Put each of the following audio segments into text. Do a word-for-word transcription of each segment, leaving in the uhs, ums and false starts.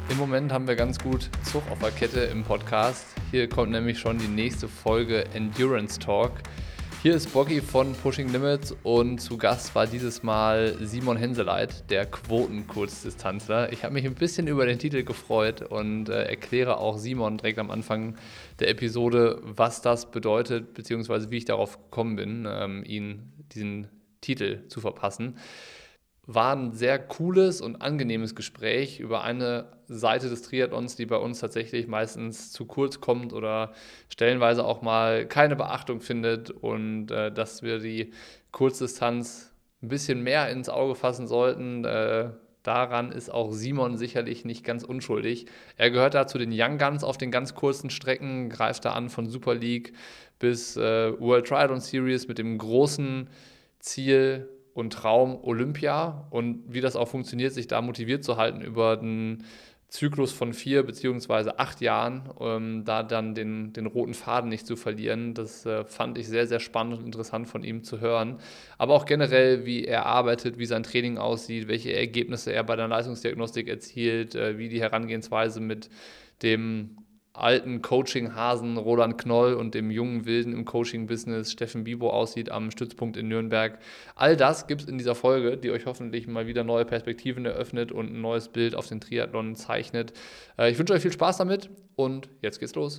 Im Moment haben wir ganz gut Zug auf der Kette im Podcast. Hier kommt nämlich schon die nächste Folge Endurance Talk. Hier ist Boggy von Pushing Limits und zu Gast war dieses Mal Simon Henseleit, der Quoten-Kurzdistanzler. Ich habe mich ein bisschen über den Titel gefreut und äh, erkläre auch Simon direkt am Anfang der Episode, was das bedeutet, beziehungsweise wie ich darauf gekommen bin, ähm, ihn diesen Titel zu verpassen. War ein sehr cooles und angenehmes Gespräch über eine Seite des Triathlons, die bei uns tatsächlich meistens zu kurz kommt oder stellenweise auch mal keine Beachtung findet und äh, dass wir die Kurzdistanz ein bisschen mehr ins Auge fassen sollten. Äh, daran ist auch Simon sicherlich nicht ganz unschuldig. Er gehört da zu den Young Guns auf den ganz kurzen Strecken, greift da an von Super League bis äh, World Triathlon Series mit dem großen Ziel und Traum Olympia und wie das auch funktioniert, sich da motiviert zu halten über einen Zyklus von vier beziehungsweise acht Jahren, ähm, da dann den, den roten Faden nicht zu verlieren. Das äh, fand ich sehr, sehr spannend und interessant von ihm zu hören. Aber auch generell, wie er arbeitet, wie sein Training aussieht, welche Ergebnisse er bei der Leistungsdiagnostik erzielt, äh, wie die Herangehensweise mit dem alten Coaching-Hasen Roland Knoll und dem jungen Wilden im Coaching-Business Steffen Bibo aussieht am Stützpunkt in Nürnberg. All das gibt es in dieser Folge, die euch hoffentlich mal wieder neue Perspektiven eröffnet und ein neues Bild auf den Triathlon zeichnet. Äh, ich wünsche euch viel Spaß damit und jetzt geht's los.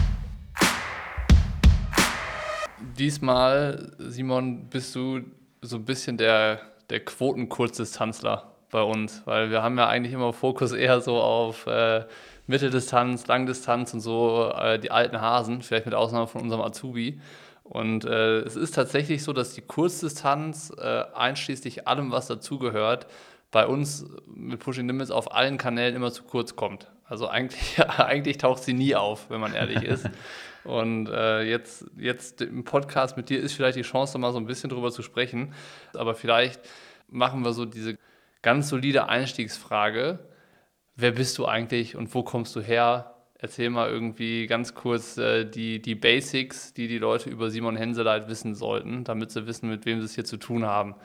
Diesmal, Simon, bist du so ein bisschen der, der Quoten-Kurzdistanzler bei uns, weil wir haben ja eigentlich immer Fokus eher so auf äh, Mitteldistanz, Langdistanz und so äh, die alten Hasen, vielleicht mit Ausnahme von unserem Azubi. Und äh, es ist tatsächlich so, dass die Kurzdistanz äh, einschließlich allem, was dazugehört, bei uns mit Pushing Limits auf allen Kanälen immer zu kurz kommt. Also eigentlich, eigentlich taucht sie nie auf, wenn man ehrlich ist. Und äh, jetzt, jetzt im Podcast mit dir ist vielleicht die Chance, mal so ein bisschen drüber zu sprechen. Aber vielleicht machen wir so diese ganz solide Einstiegsfrage. Wer bist du eigentlich und wo kommst du her? Erzähl mal irgendwie ganz kurz äh, die, die Basics, die die Leute über Simon Henseleit wissen sollten, damit sie wissen, mit wem sie es hier zu tun haben.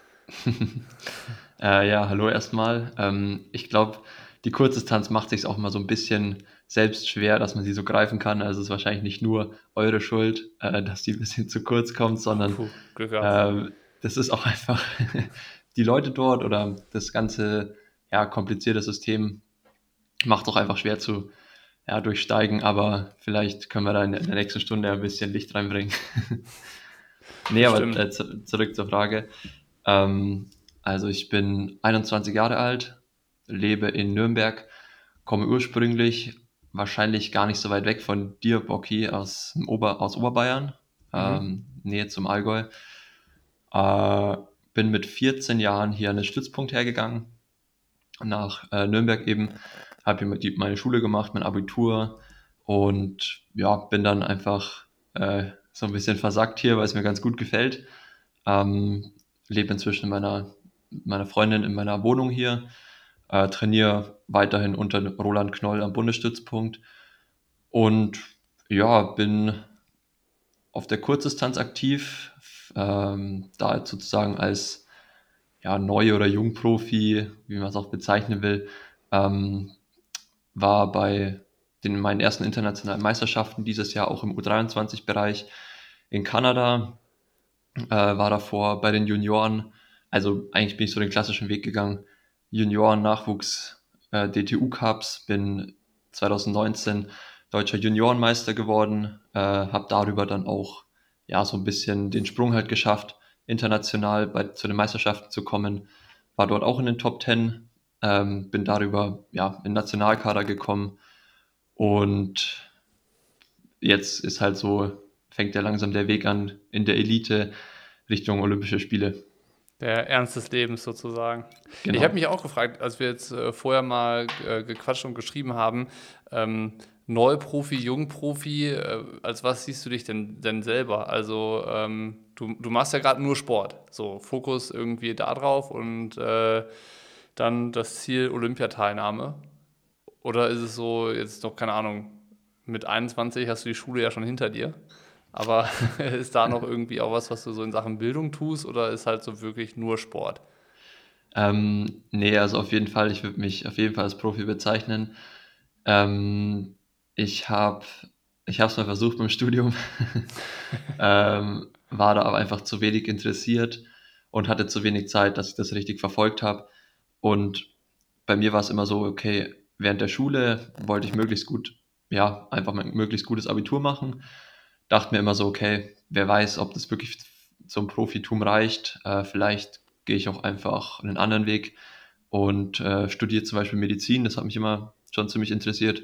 Äh, ja, hallo erstmal. Ähm, ich glaube, die Kurzdistanz macht sich auch mal so ein bisschen selbst schwer, dass man sie so greifen kann. Also es ist wahrscheinlich nicht nur eure Schuld, äh, dass die ein bisschen zu kurz kommt, sondern Puh, Glück gehabt. äh, das ist auch einfach die Leute dort oder das ganze ja, komplizierte System macht auch einfach schwer zu ja, durchsteigen. Aber vielleicht können wir da in der nächsten Stunde ein bisschen Licht reinbringen. Nee, aber Bestimmt. äh, zu, zurück zur Frage. Ähm, also ich bin einundzwanzig Jahre alt, lebe in Nürnberg, komme ursprünglich wahrscheinlich gar nicht so weit weg von dir, Bocky, aus, dem Ober, aus Oberbayern, Mhm. ähm, Nähe zum Allgäu. Äh, bin mit vierzehn Jahren hier an den Stützpunkt hergegangen, nach äh, Nürnberg eben, habe hier die, meine Schule gemacht, mein Abitur und ja, bin dann einfach äh, so ein bisschen versackt hier, weil es mir ganz gut gefällt. Ähm, lebe inzwischen mit meiner, meiner Freundin in meiner Wohnung hier, äh, trainiere weiterhin unter Roland Knoll am Bundesstützpunkt und ja, bin auf der Kurzdistanz aktiv, ähm, da jetzt sozusagen als ja, Neu- oder Jungprofi, wie man es auch bezeichnen will, ähm, war bei den meinen ersten internationalen Meisterschaften dieses Jahr auch im U dreiundzwanzig-Bereich in Kanada, äh, war davor bei den Junioren, also eigentlich bin ich so den klassischen Weg gegangen, Junioren, Nachwuchs, äh, D T U-Cups, bin zwanzig neunzehn deutscher Juniorenmeister geworden, äh, habe darüber dann auch ja so ein bisschen den Sprung halt geschafft, international bei, zu den Meisterschaften zu kommen, war dort auch in den Top zehn, ähm, bin darüber ja in den Nationalkader gekommen und jetzt ist halt so, fängt ja langsam der Weg an in der Elite Richtung Olympische Spiele. Der Ernst des Lebens sozusagen. Ich habe Genau. mich auch gefragt, als wir jetzt äh, vorher mal äh, gequatscht und geschrieben haben, ähm, Neuprofi, Jungprofi, äh, als was siehst du dich denn, denn selber? Also ähm, du, du machst ja gerade nur Sport, so Fokus irgendwie da drauf und äh, dann das Ziel Olympiateilnahme. Oder ist es so, jetzt noch keine Ahnung, mit einundzwanzig hast du die Schule ja schon hinter dir? Aber ist da noch irgendwie auch was, was du so in Sachen Bildung tust oder ist halt so wirklich nur Sport? Ähm, nee, also auf jeden Fall, ich würde mich auf jeden Fall als Profi bezeichnen. Ähm, ich habe ich habe es mal versucht beim Studium, ähm, war da aber einfach zu wenig interessiert und hatte zu wenig Zeit, dass ich das richtig verfolgt habe. Und bei mir war es immer so, okay, während der Schule wollte ich möglichst gut, ja, einfach mal ein möglichst gutes Abitur machen. Dachte mir immer so, okay, wer weiß, ob das wirklich zum Profitum reicht. Äh, vielleicht gehe ich auch einfach einen anderen Weg und äh, studiere zum Beispiel Medizin. Das hat mich immer schon ziemlich interessiert.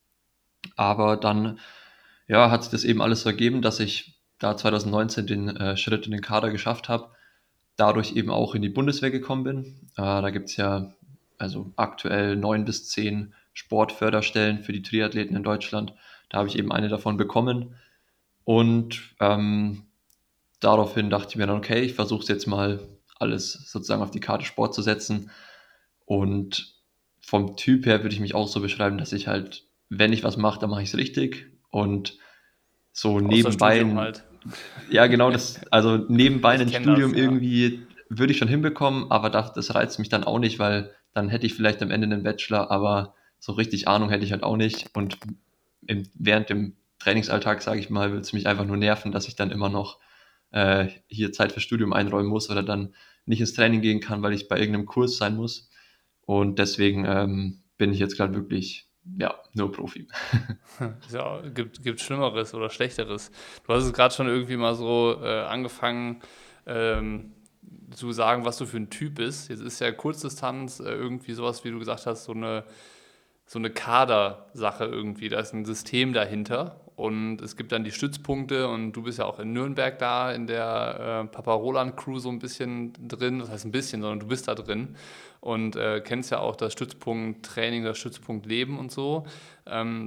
Aber dann, ja, hat sich das eben alles so ergeben, dass ich da zwanzig neunzehn den äh, Schritt in den Kader geschafft habe, dadurch eben auch in die Bundeswehr gekommen bin. Äh, da gibt's ja also aktuell neun bis zehn Sportförderstellen für die Triathleten in Deutschland. Da habe ich eben eine davon bekommen. Und ähm, daraufhin dachte ich mir dann, okay, ich versuche es jetzt mal alles sozusagen auf die Karte Sport zu setzen. Und vom Typ her würde ich mich auch so beschreiben, dass ich halt, wenn ich was mache, dann mache ich es richtig. Und so Außer Studium nebenbei, halt. ja genau, das, also nebenbei Ich ein kenne das, Studium ja. irgendwie würde ich schon hinbekommen, aber das, das reizt mich dann auch nicht, weil dann hätte ich vielleicht am Ende einen Bachelor, aber so richtig Ahnung hätte ich halt auch nicht. Und im, während dem Trainingsalltag, sage ich mal, würde es mich einfach nur nerven, dass ich dann immer noch äh, hier Zeit für Studium einräumen muss oder dann nicht ins Training gehen kann, weil ich bei irgendeinem Kurs sein muss. Und deswegen ähm, bin ich jetzt gerade wirklich, ja, nur Profi. Ja, gibt, gibt Schlimmeres oder Schlechteres. Du hast es gerade schon irgendwie mal so äh, angefangen ähm, zu sagen, was du für ein Typ bist. Jetzt ist ja Kurzdistanz äh, irgendwie sowas, wie du gesagt hast, so eine, so eine Kadersache irgendwie. Da ist ein System dahinter und es gibt dann die Stützpunkte und du bist ja auch in Nürnberg da in der äh, Papa Roland Crew so ein bisschen drin. Das heißt ein bisschen, sondern du bist da drin und äh, kennst ja auch das Stützpunkt Training, das Stützpunkt Leben und so. Ähm,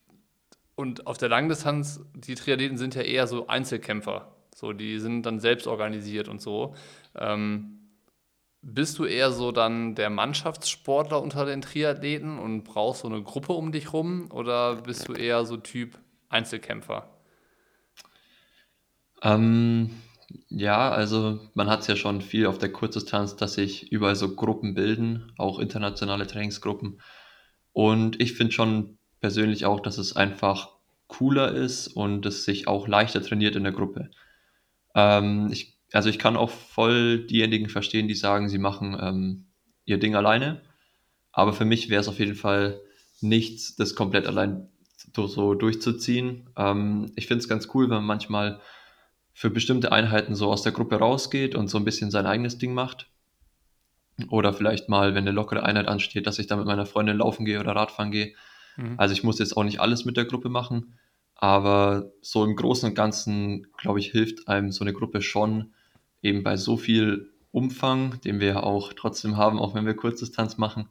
und auf der Langdistanz, die Triathleten sind ja eher so Einzelkämpfer. So, die sind dann selbst organisiert und so. Ähm, bist du eher so dann der Mannschaftssportler unter den Triathleten und brauchst so eine Gruppe um dich rum? Oder bist du eher so Typ Einzelkämpfer? Ähm, ja, also man hat es ja schon viel auf der Kurzdistanz, dass sich überall so Gruppen bilden, auch internationale Trainingsgruppen. Und ich finde schon persönlich auch, dass es einfach cooler ist und es sich auch leichter trainiert in der Gruppe. Ähm, ich, also ich kann auch voll diejenigen verstehen, die sagen, sie machen ähm, ihr Ding alleine. Aber für mich wäre es auf jeden Fall nichts, das komplett allein so so durchzuziehen. Ähm, ich finde es ganz cool, wenn man manchmal für bestimmte Einheiten so aus der Gruppe rausgeht und so ein bisschen sein eigenes Ding macht. Oder vielleicht mal, wenn eine lockere Einheit ansteht, dass ich dann mit meiner Freundin laufen gehe oder Radfahren gehe. Mhm. Also ich muss jetzt auch nicht alles mit der Gruppe machen, aber so im Großen und Ganzen, glaube ich, hilft einem so eine Gruppe schon eben bei so viel Umfang, den wir ja auch trotzdem haben, auch wenn wir Kurzdistanz machen,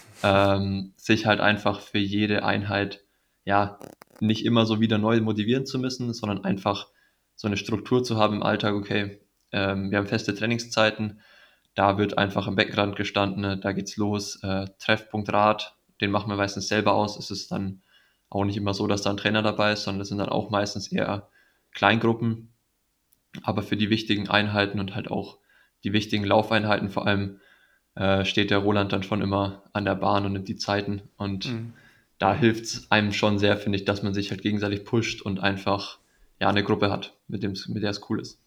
ähm, sich halt einfach für jede Einheit, ja, nicht immer so wieder neu motivieren zu müssen, sondern einfach so eine Struktur zu haben im Alltag, okay, ähm, wir haben feste Trainingszeiten, da wird einfach am Beckenrand gestanden, ne, da geht's los, äh, Treffpunkt Rad, den machen wir meistens selber aus, es ist dann auch nicht immer so, dass da ein Trainer dabei ist, sondern es sind dann auch meistens eher Kleingruppen, aber für die wichtigen Einheiten und halt auch die wichtigen Laufeinheiten vor allem äh, steht der Roland dann schon immer an der Bahn und nimmt die Zeiten. Und Mhm. da hilft es einem schon sehr, finde ich, dass man sich halt gegenseitig pusht und einfach ja eine Gruppe hat, mit dem, mit der es cool ist.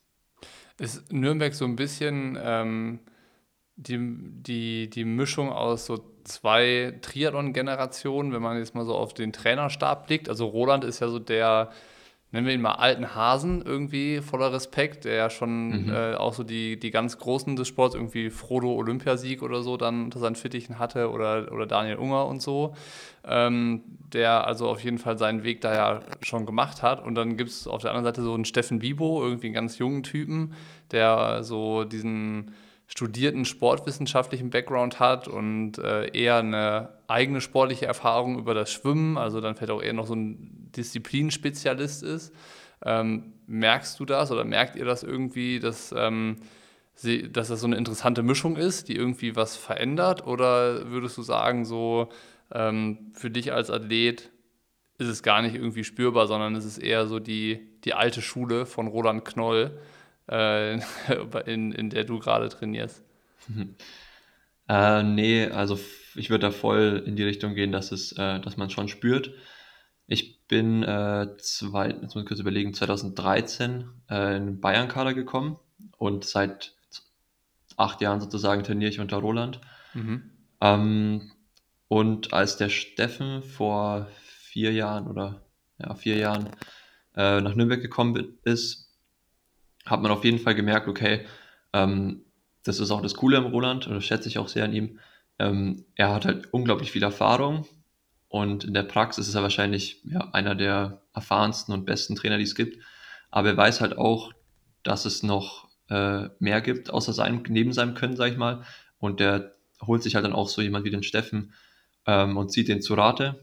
Ist Nürnberg so ein bisschen ähm, die, die, die Mischung aus so zwei Triathlon-Generationen, wenn man jetzt mal so auf den Trainerstab blickt? Also Roland ist ja so der, nennen wir ihn mal alten Hasen irgendwie, voller Respekt, der ja schon Mhm. äh, auch so die, die ganz Großen des Sports, irgendwie Frodo Olympiasieg oder so, dann unter seinen Fittichen hatte oder, oder Daniel Unger und so, ähm, der also auf jeden Fall seinen Weg da ja schon gemacht hat. Und dann gibt es auf der anderen Seite so einen Steffen Bibo, irgendwie einen ganz jungen Typen, der so diesen studierten sportwissenschaftlichen Background hat und äh, eher eine eigene sportliche Erfahrung über das Schwimmen, also dann vielleicht auch eher noch so ein Disziplinspezialist ist. Ähm, merkst du das oder merkt ihr das irgendwie, dass, ähm, sie, dass das so eine interessante Mischung ist, die irgendwie was verändert? Oder würdest du sagen, so ähm, für dich als Athlet ist es gar nicht irgendwie spürbar, sondern es ist eher so die, die alte Schule von Roland Knoll, äh, in, in der du gerade trainierst? Äh, nee, also f- ich würde da voll in die Richtung gehen, dass es, äh, dass man schon spürt. Ich bin äh, zwei, jetzt muss ich kurz überlegen, zwanzig dreizehn äh, in den Bayern-Kader gekommen und seit acht Jahren sozusagen trainiere ich unter Roland. Mhm. Ähm, und als der Steffen vor vier Jahren oder ja, vier Jahren äh, nach Nürnberg gekommen ist, hat man auf jeden Fall gemerkt, okay, ähm, das ist auch das Coole am Roland und das schätze ich auch sehr an ihm. Ähm, er hat halt unglaublich viel Erfahrung und in der Praxis ist er wahrscheinlich ja, einer der erfahrensten und besten Trainer, die es gibt. Aber er weiß halt auch, dass es noch äh, mehr gibt, außer seinem, neben seinem Können, sag ich mal. Und der holt sich halt dann auch so jemand wie den Steffen ähm, und zieht den zu Rate.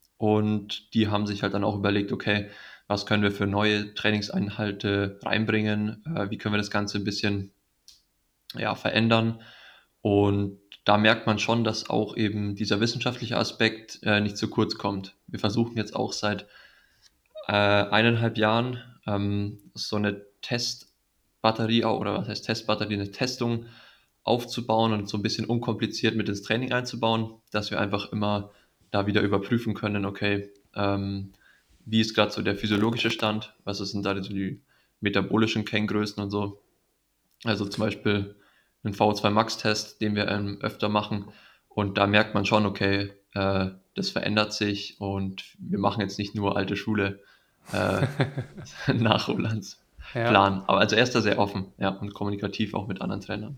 Und die haben sich halt dann auch überlegt, okay, was können wir für neue Trainingseinhalte reinbringen? Äh, wie können wir das Ganze ein bisschen ja, verändern? Und da merkt man schon, dass auch eben dieser wissenschaftliche Aspekt äh, nicht zu kurz kommt. Wir versuchen jetzt auch seit äh, eineinhalb Jahren ähm, so eine Testbatterie, au- oder was heißt Testbatterie, eine Testung aufzubauen und so ein bisschen unkompliziert mit ins Training einzubauen, dass wir einfach immer da wieder überprüfen können, okay, ähm, wie ist gerade so der physiologische Stand, was sind da so die metabolischen Kenngrößen und so. Also zum Beispiel einen V O zwei Max-Test, den wir ähm, öfter machen. Und da merkt man schon, okay, äh, das verändert sich und wir machen jetzt nicht nur alte Schule äh, nach Rolands Ja. Plan. Aber also er ist da sehr offen, ja, und kommunikativ auch mit anderen Trainern.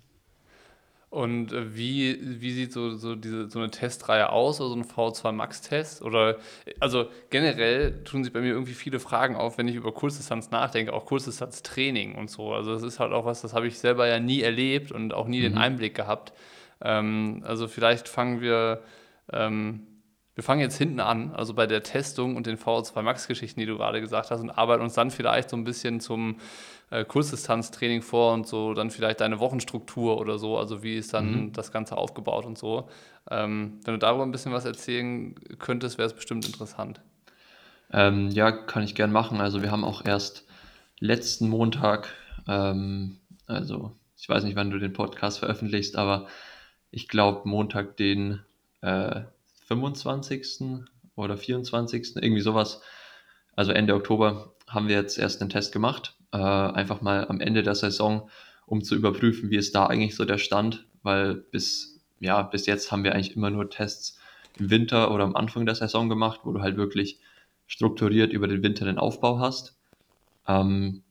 Und äh, wie, wie sieht so, so, diese, so eine Testreihe aus, oder so ein V zwei Max-Test? Oder, also generell tun sich bei mir irgendwie viele Fragen auf, wenn ich über Kurzdistanz nachdenke, auch Kurzdistanztraining und so. Also das ist halt auch was, das habe ich selber ja nie erlebt und auch nie den Mhm. Einblick gehabt. Ähm, also vielleicht fangen wir, ähm, wir fangen jetzt hinten an, also bei der Testung und den V zwei Max-Geschichten, die du gerade gesagt hast, und arbeiten uns dann vielleicht so ein bisschen zum äh, Kurzdistanztraining vor und so, dann vielleicht deine Wochenstruktur oder so, also wie ist dann Mhm. das Ganze aufgebaut und so. Ähm, wenn du darüber ein bisschen was erzählen könntest, wäre es bestimmt interessant. Ähm, ja, kann ich gern machen. Also wir haben auch erst letzten Montag, ähm, also ich weiß nicht, wann du den Podcast veröffentlichst, aber ich glaube Montag den äh, fünfundzwanzigsten oder vierundzwanzigsten, irgendwie sowas, also Ende Oktober, haben wir jetzt erst einen Test gemacht. Äh, einfach mal am Ende der Saison, um zu überprüfen, wie ist da eigentlich so der Stand, weil bis, ja, bis jetzt haben wir eigentlich immer nur Tests im Winter oder am Anfang der Saison gemacht, wo du halt wirklich strukturiert über den Winter den Aufbau hast. Ähm,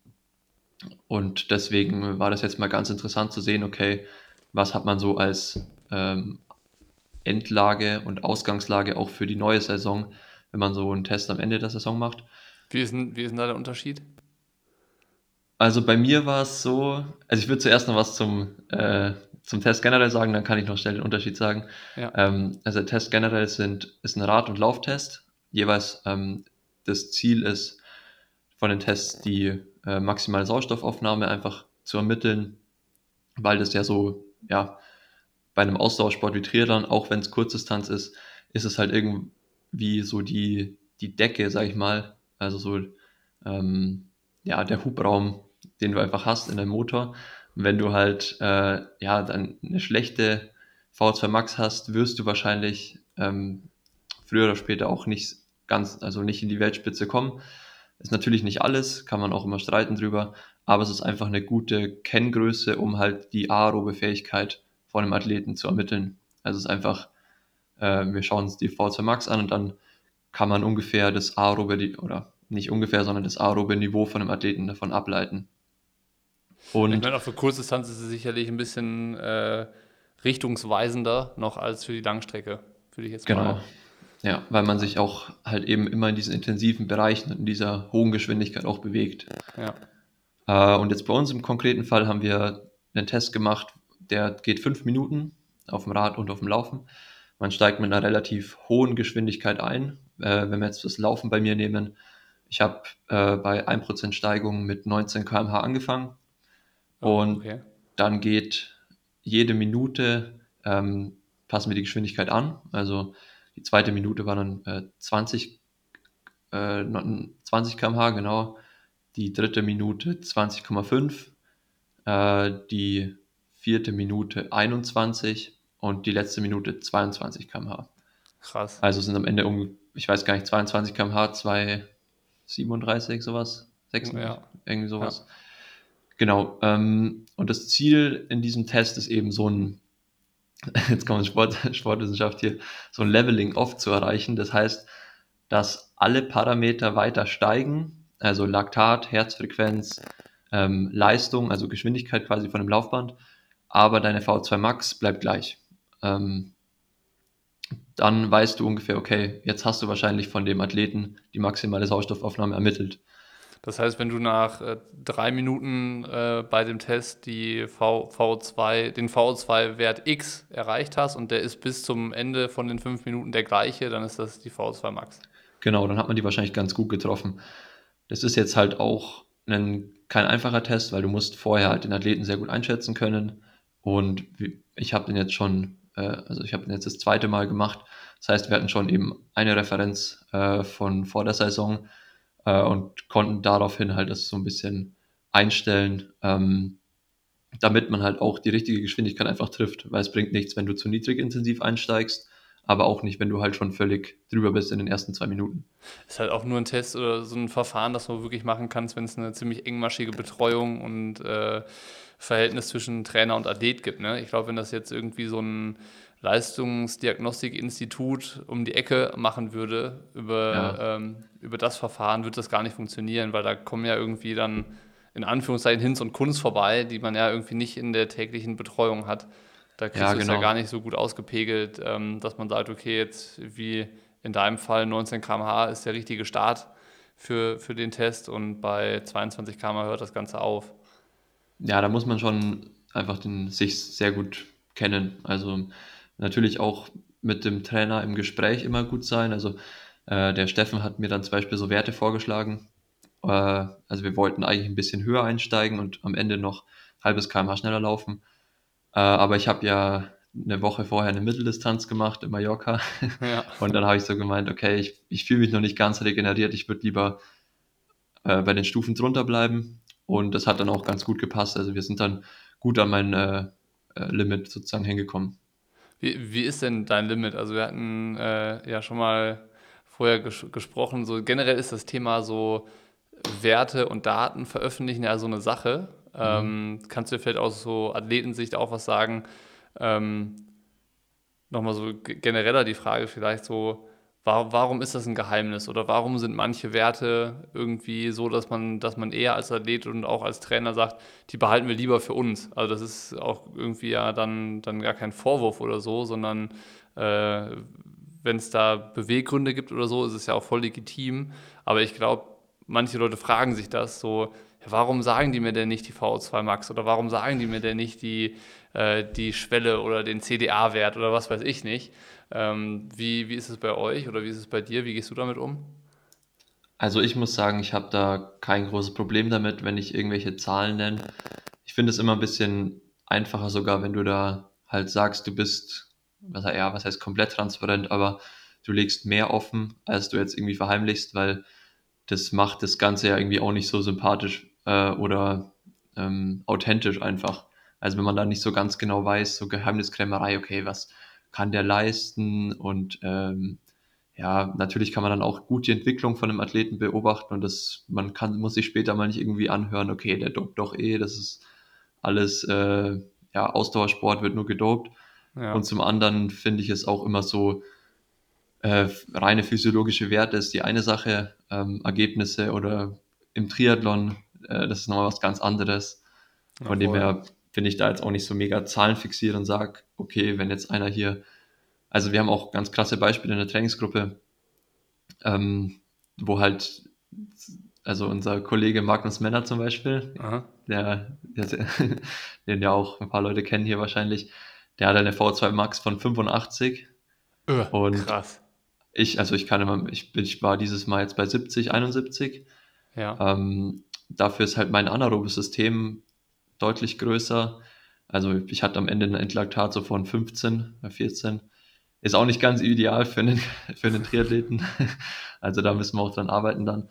und deswegen war das jetzt mal ganz interessant zu sehen, okay, was hat man so als ähm, Endlage und Ausgangslage auch für die neue Saison, wenn man so einen Test am Ende der Saison macht. Wie ist denn, wie ist denn da der Unterschied? Also bei mir war es so, also ich würde zuerst noch was zum, äh, zum Test generell sagen, dann kann ich noch schnell den Unterschied sagen. Ja, Ähm, also der Test generell sind, ist ein Rad- und Lauftest. Jeweils ähm, das Ziel ist von den Tests die äh, maximale Sauerstoffaufnahme einfach zu ermitteln, weil das ja so, ja, bei einem Ausdauersport wie Triathlon, auch wenn es Kurzdistanz ist, ist es halt irgendwie so die, die Decke, sag ich mal, also so, ähm, ja, der Hubraum, den du einfach hast in deinem Motor. Und wenn du halt, äh, ja, dann eine schlechte V zwei Max hast, wirst du wahrscheinlich ähm, früher oder später auch nicht ganz, also nicht in die Weltspitze kommen. Ist natürlich nicht alles, kann man auch immer streiten drüber, aber es ist einfach eine gute Kenngröße, um halt die aerobe Fähigkeit von einem Athleten zu ermitteln. Also es ist einfach, äh, wir schauen uns die V zwei Max an und dann kann man ungefähr das aerobe, oder nicht ungefähr, sondern das aerobe Niveau von einem Athleten davon ableiten. ich Und meine, auch für Kurzdistanz ist es sicherlich ein bisschen äh, richtungsweisender noch als für die Langstrecke, würde ich jetzt genau, mal. ja, weil man Ja, sich auch halt eben immer in diesen intensiven Bereichen, in dieser hohen Geschwindigkeit auch bewegt. ja. Äh, und jetzt bei uns im konkreten Fall haben wir einen Test gemacht, der geht fünf Minuten auf dem Rad und auf dem Laufen. Man steigt mit einer relativ hohen Geschwindigkeit ein. Äh, wenn wir jetzt das Laufen bei mir nehmen, ich habe äh, bei ein Prozent Steigung mit neunzehn Kilometer pro Stunde angefangen Oh, und okay. dann geht jede Minute, ähm, passen wir die Geschwindigkeit an. Also die zweite Minute war dann äh, zwanzig, äh, zwanzig Kilometer pro Stunde, genau. Die dritte Minute zwanzig Komma fünf, äh, die vierte Minute einundzwanzig und die letzte Minute zweiundzwanzig Kilometer pro Stunde. Krass. Also sind am Ende um, ich weiß gar nicht, zweiundzwanzig Kilometer pro Stunde, zwei siebenunddreißig, sowas, sechsunddreißig, Ja. irgendwie Ja. sowas. Genau. Ähm, und das Ziel in diesem Test ist eben so ein, jetzt kommt Sport, Sportwissenschaft hier, so ein Leveling Off zu erreichen. Das heißt, dass alle Parameter weiter steigen, also Laktat, Herzfrequenz, ähm, Leistung, also Geschwindigkeit quasi von dem Laufband, aber deine V zwei Max bleibt gleich. Ähm, dann weißt du ungefähr, okay, jetzt hast du wahrscheinlich von dem Athleten die maximale Sauerstoffaufnahme ermittelt. Das heißt, wenn du nach äh, drei Minuten äh, bei dem Test die v, V2, den V O zwei Wert X erreicht hast und der ist bis zum Ende von den fünf Minuten der gleiche, dann ist das die V O zwei Max. Genau, dann hat man die wahrscheinlich ganz gut getroffen. Das ist jetzt halt auch ein, kein einfacher Test, weil du musst vorher halt den Athleten sehr gut einschätzen können. Und ich habe den jetzt schon, äh, also ich habe den jetzt das zweite Mal gemacht. Das heißt, wir hatten schon eben eine Referenz äh, von vor der Saison äh, und konnten daraufhin halt das so ein bisschen einstellen, ähm, damit man halt auch die richtige Geschwindigkeit einfach trifft. Weil es bringt nichts, wenn du zu niedrig intensiv einsteigst, aber auch nicht, wenn du halt schon völlig drüber bist in den ersten zwei Minuten. Ist halt auch nur ein Test oder so ein Verfahren, das du wirklich machen kannst, wenn es eine ziemlich engmaschige Betreuung und äh, Verhältnis zwischen Trainer und Athlet gibt. Ne? Ich glaube, wenn das jetzt irgendwie so ein Leistungsdiagnostikinstitut um die Ecke machen würde über, Ja, ähm, über das Verfahren, würde das gar nicht funktionieren, weil da kommen ja irgendwie dann in Anführungszeichen Hinz und Kunst vorbei, die man ja irgendwie nicht in der täglichen Betreuung hat. Da kriegst ja, du es ja gar genau. nicht so gut ausgepegelt, ähm, dass man sagt, okay, jetzt wie in deinem Fall neunzehn Kilometer pro Stunde ist der richtige Start für, für den Test und bei zweiundzwanzig Kilometer pro Stunde hört das Ganze auf. Ja, da muss man schon einfach den, sich sehr gut kennen. Also natürlich auch mit dem Trainer im Gespräch immer gut sein. Also äh, der Steffen hat mir dann zum Beispiel so Werte vorgeschlagen. Äh, also wir wollten eigentlich ein bisschen höher einsteigen und am Ende noch halbes Kilometer schneller laufen. Äh, aber ich habe ja eine Woche vorher eine Mitteldistanz gemacht in Mallorca Ja, und dann habe ich so gemeint, okay, ich, ich fühle mich noch nicht ganz regeneriert, ich würde lieber äh, bei den Stufen drunter bleiben. Und das hat dann auch ganz gut gepasst. Also wir sind dann gut an mein äh, äh, Limit sozusagen hingekommen. wie, wie ist denn dein Limit? Also wir hatten äh, ja schon mal vorher ges gesprochen, so generell ist das Thema so Werte und Daten veröffentlichen ja so eine Sache. Mhm. Ähm, kannst du dir vielleicht aus so Athletensicht auch was sagen? Ähm, Nochmal so genereller die Frage vielleicht so, warum ist das ein Geheimnis oder warum sind manche Werte irgendwie so, dass man, dass man eher als Athlet und auch als Trainer sagt, die behalten wir lieber für uns. Also das ist auch irgendwie ja dann, dann gar kein Vorwurf oder so, sondern äh, wenn es da Beweggründe gibt oder so, ist es ja auch voll legitim. Aber ich glaube, manche Leute fragen sich das so, ja, warum sagen die mir denn nicht die V O zwei Max oder warum sagen die mir denn nicht die, äh, die Schwelle oder den C D A-Wert oder was weiß ich nicht. Ähm, wie, wie ist es bei euch oder wie ist es bei dir? Wie gehst du damit um? Also ich muss sagen, ich habe da kein großes Problem damit, wenn ich irgendwelche Zahlen nenne. Ich finde es immer ein bisschen einfacher sogar, wenn du da halt sagst, du bist, was, ja, was heißt komplett transparent, aber du legst mehr offen, als du jetzt irgendwie verheimlichst, weil das macht das Ganze ja irgendwie auch nicht so sympathisch äh, oder ähm, authentisch einfach. Also wenn man da nicht so ganz genau weiß, so Geheimniskrämerei, okay, was kann der leisten und ähm, ja, natürlich kann man dann auch gut die Entwicklung von einem Athleten beobachten und das, man kann, muss sich später mal nicht irgendwie anhören, okay, der dopt doch eh, das ist alles, äh, ja, Ausdauersport wird nur gedopt. Und Ja, zum anderen finde ich es auch immer so, äh, reine physiologische Werte ist die eine Sache, ähm, Ergebnisse oder im Triathlon, äh, das ist nochmal was ganz anderes. ja Von dem voll. her bin ich da jetzt auch nicht so mega zahlenfixiert und sage, okay, wenn jetzt einer hier, also wir haben auch ganz krasse Beispiele in der Trainingsgruppe, ähm, wo halt, also unser Kollege Magnus Menner zum Beispiel, Aha. der, der, den ja auch ein paar Leute kennen hier wahrscheinlich, der hat eine V zwei Max von fünfundachtzig Öh, und krass. ich, also ich kann immer, ich, bin, ich war dieses Mal jetzt bei siebzig, einundsiebzig. Ja. Ähm, dafür ist halt mein anaerobes System deutlich größer. Also ich hatte am Ende ein Entlaktat so von fünfzehn, äh, vierzehn. Ist auch nicht ganz ideal für einen, für einen Triathleten. Also da müssen wir auch dran arbeiten dann.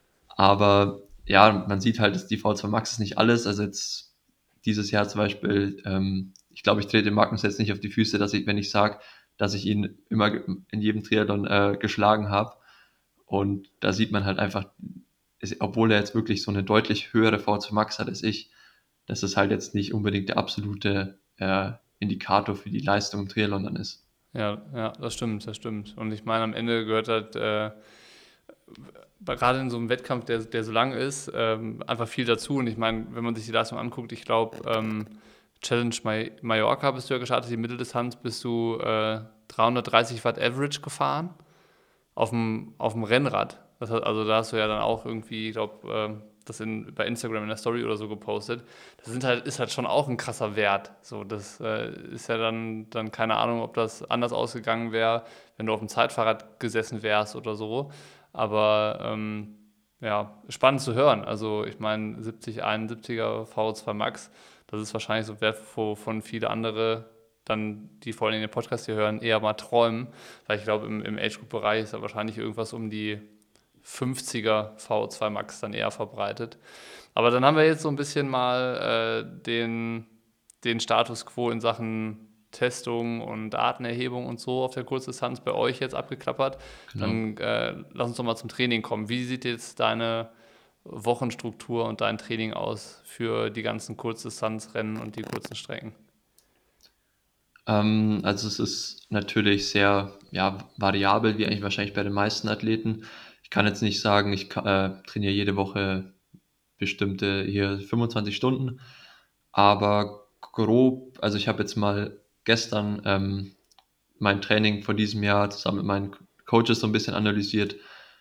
Aber ja, man sieht halt, dass die V zwei Max ist nicht alles. Also jetzt dieses Jahr zum Beispiel ähm, ich glaube, ich trete Magnus jetzt nicht auf die Füße, dass ich, wenn ich sage, dass ich ihn immer in jedem Triathlon äh, geschlagen habe. Und da sieht man halt einfach, ist, obwohl er jetzt wirklich so eine deutlich höhere V zwei Max hat als ich, dass es halt jetzt nicht unbedingt der absolute äh, Indikator für die Leistung im Triathlon dann ist. Ja, ja, das stimmt, das stimmt. Und ich meine, am Ende gehört halt äh, gerade in so einem Wettkampf, der, der so lang ist, ähm, einfach viel dazu. Und ich meine, wenn man sich die Leistung anguckt, ich glaube, ähm, Challenge May- Mallorca bist du ja gestartet, die Mitteldistanz bist du äh, dreihundertdreißig Watt Average gefahren auf dem, auf dem Rennrad. Das hat, also da hast du ja dann auch irgendwie, ich glaube, äh, das in, bei Instagram in der Story oder so gepostet. Das sind halt, ist halt schon auch ein krasser Wert. So, das äh, ist ja dann, dann keine Ahnung, ob das anders ausgegangen wäre, wenn du auf dem Zeitfahrrad gesessen wärst oder so. Aber ähm, ja, spannend zu hören. Also ich meine, siebzig, einundsiebziger V zwei Max, das ist wahrscheinlich so ein Wert, wovon viele andere dann, die vor allem den Podcast hier hören, eher mal träumen. Weil ich glaube, im, im Age-Group-Bereich ist da wahrscheinlich irgendwas um die fünfziger V zwei Max dann eher verbreitet. Aber dann haben wir jetzt so ein bisschen mal äh, den, den Status quo in Sachen Testung und Datenerhebung und so auf der Kurzdistanz bei euch jetzt abgeklappert. Genau. Dann äh, lass uns doch mal zum Training kommen. Wie sieht jetzt deine Wochenstruktur und dein Training aus für die ganzen Kurzdistanzrennen und die kurzen Strecken? Ähm, also es ist natürlich sehr ja, variabel, wie eigentlich wahrscheinlich bei den meisten Athleten. Ich kann jetzt nicht sagen, ich ka- äh, trainiere jede Woche bestimmte hier fünfundzwanzig Stunden, aber grob, also ich habe jetzt mal gestern ähm, mein Training von diesem Jahr zusammen mit meinen Coaches so ein bisschen analysiert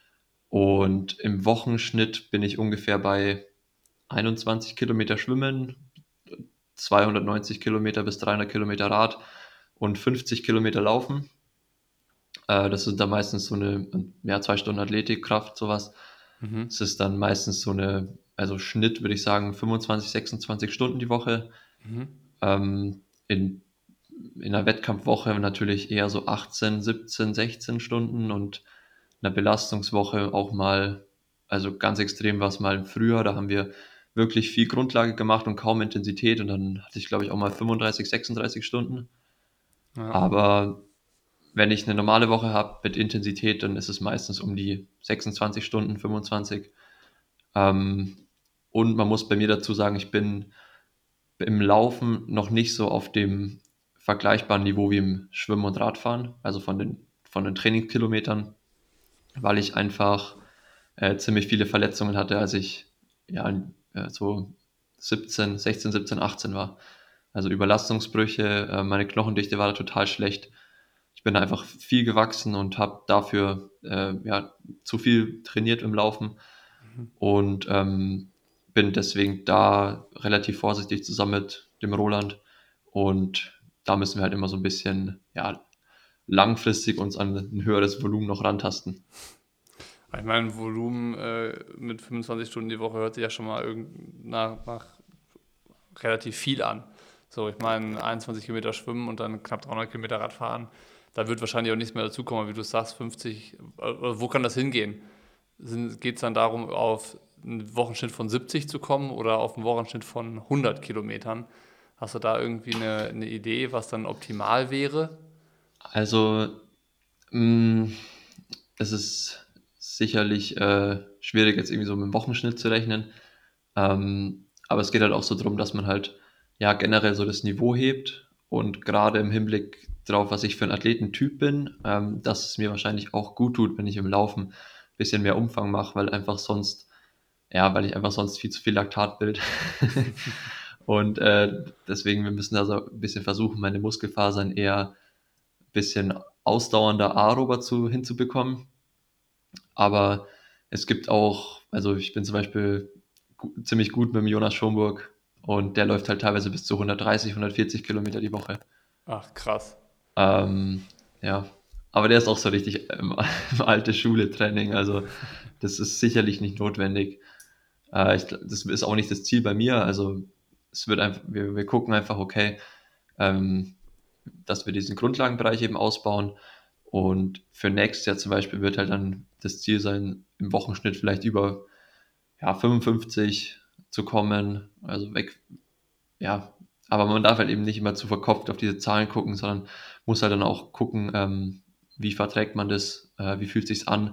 und im Wochenschnitt bin ich ungefähr bei einundzwanzig Kilometer Schwimmen, zweihundertneunzig Kilometer bis dreihundert Kilometer Rad und fünfzig Kilometer Laufen. Äh, das sind dann meistens so eine, ja, zwei Stunden Athletikkraft, sowas. Mhm. Es ist dann meistens so eine, also Schnitt würde ich sagen, fünfundzwanzig, sechsundzwanzig Stunden die Woche. Mhm. Ähm, in, in einer Wettkampfwoche natürlich eher so achtzehn, siebzehn, sechzehn Stunden und in einer Belastungswoche auch mal, also ganz extrem war es mal früher, da haben wir wirklich viel Grundlage gemacht und kaum Intensität und dann hatte ich glaube ich auch mal fünfunddreißig, sechsunddreißig Stunden. Ja. Aber wenn ich eine normale Woche habe mit Intensität, dann ist es meistens um die sechsundzwanzig Stunden, fünfundzwanzig. Ähm, und man muss bei mir dazu sagen, ich bin im Laufen noch nicht so auf dem vergleichbaren Niveau wie im Schwimmen und Radfahren, also von den, von den Trainingskilometern, weil ich einfach äh, ziemlich viele Verletzungen hatte, als ich ja äh, so siebzehn, sechzehn, siebzehn, achtzehn war. Also Überlastungsbrüche, äh, meine Knochendichte war da total schlecht. Ich bin einfach viel gewachsen und habe dafür äh, ja, zu viel trainiert im Laufen und ähm, bin deswegen da relativ vorsichtig zusammen mit dem Roland. Und da müssen wir halt immer so ein bisschen ja, langfristig uns an ein höheres Volumen noch rantasten. Ich meine, Volumen äh, mit fünfundzwanzig Stunden die Woche hört sich ja schon mal irgend nach, nach relativ viel an. So, ich meine, einundzwanzig Kilometer schwimmen und dann knapp dreihundert Kilometer Radfahren. Da wird wahrscheinlich auch nichts mehr dazukommen, wie du sagst, fünfzig. Äh, wo kann das hingehen? Geht es dann darum, auf einen Wochenschnitt von siebzig zu kommen oder auf einen Wochenschnitt von hundert Kilometern? Hast du da irgendwie eine, eine Idee, was dann optimal wäre? Also mh, es ist sicherlich äh, schwierig, jetzt irgendwie so mit dem Wochenschnitt zu rechnen. Ähm, aber es geht halt auch so drum, dass man halt ja generell so das Niveau hebt und gerade im Hinblick darauf, was ich für ein Athletentyp bin, ähm, dass es mir wahrscheinlich auch gut tut, wenn ich im Laufen ein bisschen mehr Umfang mache, weil einfach sonst, ja, weil ich einfach sonst viel zu viel Laktat bild. Und äh, deswegen, wir müssen also ein bisschen versuchen, meine Muskelfasern eher ein bisschen ausdauernder aerober zu, hinzubekommen. Aber es gibt auch, also ich bin zum Beispiel gu ziemlich gut mit dem Jonas Schomburg und der läuft halt teilweise bis zu hundertdreißig, hundertvierzig Kilometer die Woche. Ach, krass. Ähm, ja, aber der ist auch so richtig im, im alte Schule-Training, also das ist sicherlich nicht notwendig. Äh, ich, gl- das ist auch nicht das Ziel bei mir, also es wird einfach, wir, wir gucken einfach, okay, ähm, dass wir diesen Grundlagenbereich eben ausbauen. Und für nächstes Jahr zum Beispiel wird halt dann das Ziel sein, im Wochenschnitt vielleicht über ja, fünfundfünfzig zu kommen. Also weg, ja, aber man darf halt eben nicht immer zu verkopft auf diese Zahlen gucken, sondern muss halt dann auch gucken, ähm, wie verträgt man das, äh, wie fühlt sich's an.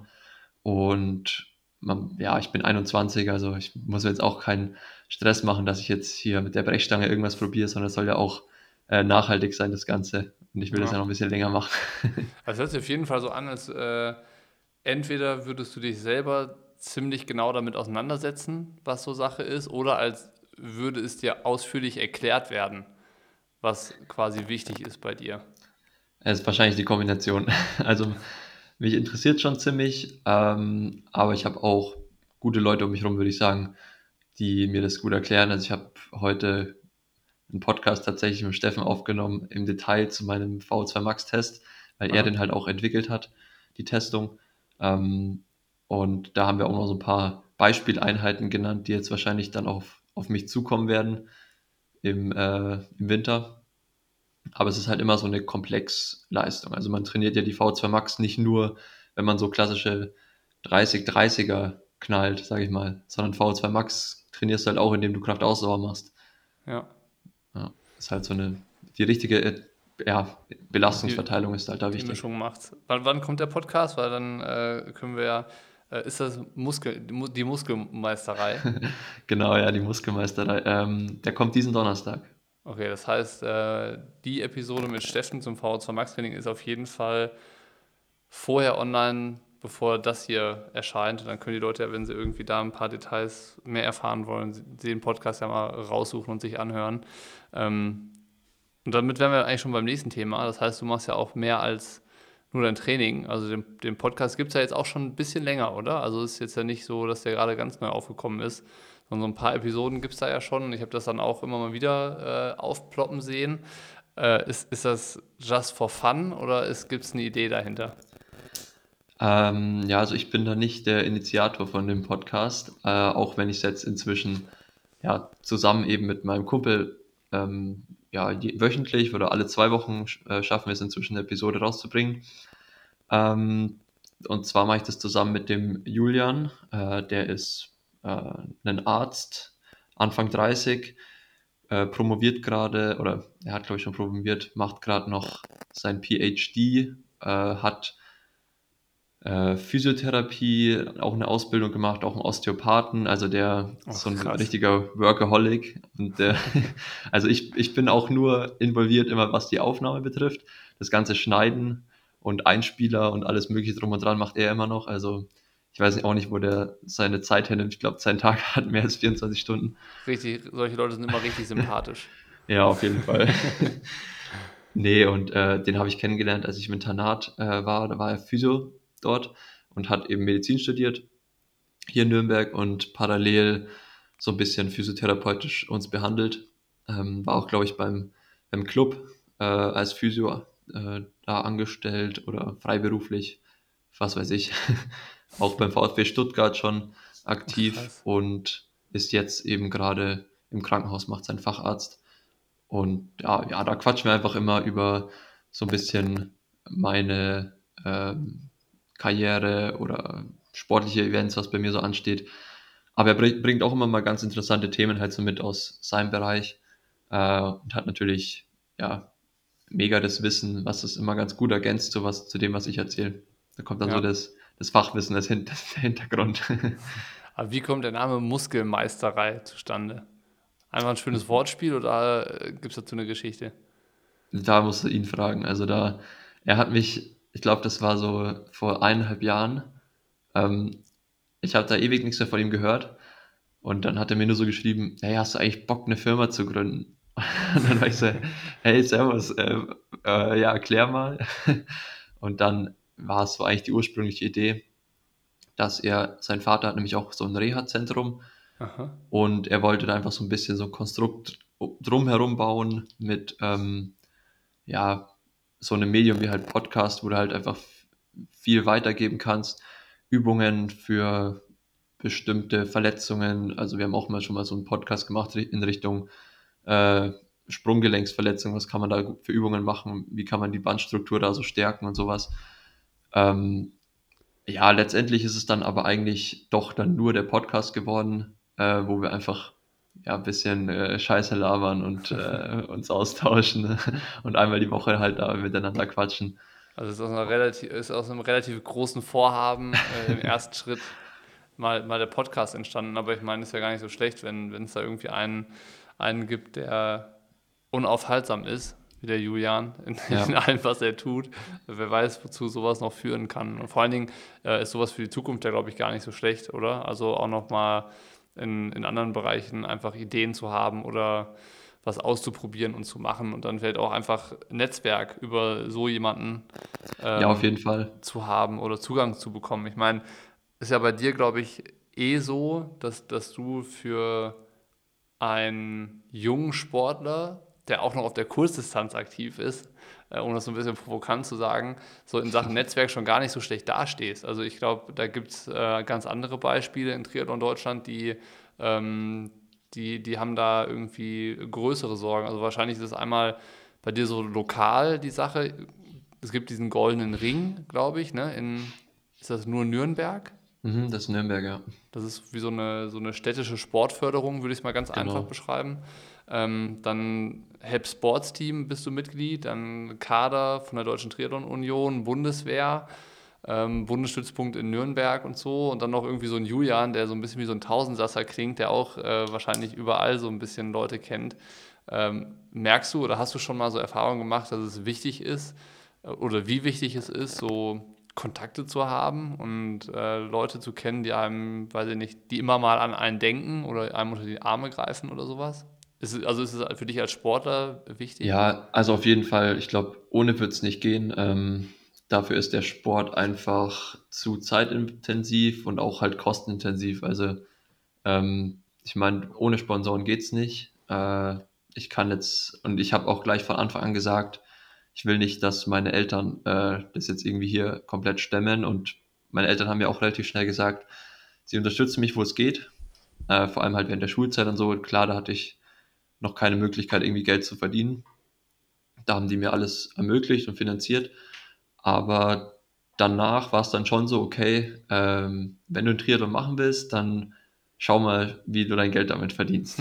Und man, ja, ich bin einundzwanzig, also ich muss jetzt auch keinen Stress machen, dass ich jetzt hier mit der Brechstange irgendwas probiere, sondern es soll ja auch äh, nachhaltig sein, das Ganze. Und ich will das Ja. ja noch ein bisschen länger machen. Also hört sich auf jeden Fall so an, als äh, entweder würdest du dich selber ziemlich genau damit auseinandersetzen, was so Sache ist, oder als würde es dir ausführlich erklärt werden, was quasi wichtig ist bei dir. Es ist wahrscheinlich die Kombination. Also mich interessiert schon ziemlich, ähm, aber ich habe auch gute Leute um mich herum, würde ich sagen, die mir das gut erklären. Also ich habe heute einen Podcast tatsächlich mit Steffen aufgenommen im Detail zu meinem V O zwei Max-Test, weil er Aha. den halt auch entwickelt hat, die Testung. Ähm, und da haben wir auch noch so ein paar Beispieleinheiten genannt, die jetzt wahrscheinlich dann auf, auf mich zukommen werden im, äh, im Winter. Aber es ist halt immer so eine Komplexleistung. Also man trainiert ja die V O zwei Max nicht nur, wenn man so klassische dreißig dreißiger knallt, sage ich mal, sondern V O zwei Max trainierst du halt auch, indem du Kraftausdauer machst. Ja. Ja, ist halt so eine, die richtige, äh, ja, Die, Belastungsverteilung ist halt da die wichtig. Mischung macht's. Wann, wann kommt der Podcast? Weil dann äh, können wir ja, äh, ist das Muskel, die Mu- die Muskelmeisterei? Genau, ja, die Muskelmeisterei. Ähm, der kommt diesen Donnerstag. Okay, das heißt, äh, die Episode mit Steffen zum V O zwei Max Training ist auf jeden Fall vorher online, bevor das hier erscheint. Und dann können die Leute ja, wenn sie irgendwie da ein paar Details mehr erfahren wollen, sie- den Podcast ja mal raussuchen und sich anhören. Ähm, und damit wären wir eigentlich schon beim nächsten Thema. Das heißt, du machst ja auch mehr als nur dein Training. Also den, den Podcast gibt es ja jetzt auch schon ein bisschen länger, oder? Also es ist jetzt ja nicht so, dass der gerade ganz neu aufgekommen ist, sondern so ein paar Episoden gibt es da ja schon. Ich habe das dann auch immer mal wieder äh, aufploppen sehen. Äh, ist, ist das just for fun oder gibt es eine Idee dahinter? Ähm, ja, also ich bin da nicht der Initiator von dem Podcast, äh, auch wenn ich es jetzt inzwischen ja, zusammen eben mit meinem Kumpel ähm, ja, je, wöchentlich oder alle zwei Wochen äh, schaffen wir es inzwischen eine Episode rauszubringen. Ähm, und zwar mache ich das zusammen mit dem Julian, äh, der ist äh, ein Arzt, Anfang dreißig, äh, promoviert gerade, oder er hat glaube ich schon promoviert, macht gerade noch sein PhD, äh, hat äh, Physiotherapie, auch eine Ausbildung gemacht, auch einen Osteopathen, also der ist so Ach, ein krass. richtiger Workaholic. Und der, also ich, ich bin auch nur involviert immer, was die Aufnahme betrifft. Das ganze Schneiden und Einspieler und alles mögliche drum und dran macht er immer noch. Also ich weiß auch nicht, wo der seine Zeit hernimmt. Ich glaube, sein Tag hat mehr als vierundzwanzig Stunden. Richtig, solche Leute sind immer richtig sympathisch. Ja, auf jeden Fall. Nee, und äh, den habe ich kennengelernt, als ich im Internat äh, war. Da war er Physio dort und hat eben Medizin studiert hier in Nürnberg und parallel so ein bisschen physiotherapeutisch uns behandelt. Ähm, war auch, glaube ich, beim, beim Club äh, als Physio äh, da angestellt oder freiberuflich, was weiß ich. Auch beim VfB Stuttgart schon Ach, aktiv krass. und ist jetzt eben gerade im Krankenhaus, macht seinen Facharzt. Und ja, ja, da quatschen wir einfach immer über so ein bisschen meine ähm, Karriere oder sportliche Events, was bei mir so ansteht. Aber er bring- bringt auch immer mal ganz interessante Themen halt so mit aus seinem Bereich äh, und hat natürlich ja mega das Wissen, was das immer ganz gut ergänzt, so was zu dem, was ich erzähle. Da kommt dann so Ja. das, das Fachwissen, das, Hin das der Hintergrund. Aber wie kommt der Name Muskelmeisterei zustande? Einfach ein schönes Wortspiel oder äh, gibt es dazu eine Geschichte? Da musst du ihn fragen. Also da, er hat mich, ich glaube, das war so vor eineinhalb Jahren. Ähm, ich habe da ewig nichts mehr von ihm gehört. Und dann hat er mir nur so geschrieben, hey, hast du eigentlich Bock, eine Firma zu gründen? Und dann war ich so, hey, servus, äh, äh, ja, erklär mal. Und dann war es so eigentlich die ursprüngliche Idee, dass er, sein Vater hat nämlich auch so ein Reha-Zentrum Aha. und er wollte da einfach so ein bisschen so ein Konstrukt drumherum bauen mit, ähm, ja, so einem Medium wie halt Podcast, wo du halt einfach viel weitergeben kannst, Übungen für bestimmte Verletzungen. Also wir haben auch mal schon mal so einen Podcast gemacht in Richtung äh, Sprunggelenksverletzung. Was kann man da für Übungen machen? Wie kann man die Bandstruktur da so stärken und sowas? Ähm, ja, letztendlich ist es dann aber eigentlich doch dann nur der Podcast geworden, äh, wo wir einfach ja, ein bisschen äh, Scheiße labern und äh, uns austauschen und einmal die Woche halt da miteinander quatschen. Also ist aus, einer relativ, ist aus einem relativ großen Vorhaben äh, im ersten Schritt mal, mal der Podcast entstanden. Aber ich meine, ist ja gar nicht so schlecht, wenn wenn es da irgendwie einen, einen gibt, der unaufhaltsam ist, wie der Julian, in, in Ja, allem, was er tut. Wer weiß, wozu sowas noch führen kann. Und vor allen Dingen äh, ist sowas für die Zukunft ja, glaube ich, gar nicht so schlecht, oder? Also auch nochmal in, in anderen Bereichen einfach Ideen zu haben oder was auszuprobieren und zu machen und dann vielleicht auch einfach Netzwerk über so jemanden ja, auf ähm, jeden Fall. zu haben oder Zugang zu bekommen. Ich meine, ist ja bei dir, glaube ich, eh so, dass, dass du für einen jungen Sportler, der auch noch auf der Kurzdistanz aktiv ist, äh, um das so ein bisschen provokant zu sagen, so in Sachen Netzwerk schon gar nicht so schlecht dastehst. Also ich glaube, da gibt es äh, ganz andere Beispiele in Triathlon Deutschland, die, ähm, die, die haben da irgendwie größere Sorgen. Also wahrscheinlich ist es einmal bei dir so lokal die Sache. Es gibt diesen goldenen Ring, glaube ich, ne? In, ist das nur Nürnberg? Mhm, das ist Nürnberger, Das ist wie so eine, so eine städtische Sportförderung, würde ich es mal ganz einfach genau. beschreiben. Ähm, dann Help Sports Team bist du Mitglied, dann Kader von der Deutschen Triathlon Union, Bundeswehr, ähm, Bundesstützpunkt in Nürnberg und so. Und dann noch irgendwie so ein Julian, der so ein bisschen wie so ein Tausendsasser klingt, der auch äh, wahrscheinlich überall so ein bisschen Leute kennt. Ähm, merkst du oder hast du schon mal so Erfahrungen gemacht, dass es wichtig ist äh, oder wie wichtig es ist, so Kontakte zu haben und äh, Leute zu kennen, die einem, weiß ich nicht, die immer mal an einen denken oder einem unter die Arme greifen oder sowas? Ist es, also ist es für dich als Sportler wichtig? Ja, also auf jeden Fall, ich glaube, ohne wird es nicht gehen. Ähm, dafür ist der Sport einfach zu zeitintensiv und auch halt kostenintensiv. Also ähm, ich meine, ohne Sponsoren geht's nicht. Äh, ich kann jetzt, und ich habe auch gleich von Anfang an gesagt, ich will nicht, dass meine Eltern äh, das jetzt irgendwie hier komplett stemmen. Und meine Eltern haben mir auch relativ schnell gesagt, sie unterstützen mich, wo es geht. Äh, vor allem halt während der Schulzeit und so. Klar, da hatte ich noch keine Möglichkeit, irgendwie Geld zu verdienen. Da haben die mir alles ermöglicht und finanziert. Aber danach war es dann schon so, okay, ähm, wenn du ein Triathlon machen willst, dann schau mal, wie du dein Geld damit verdienst.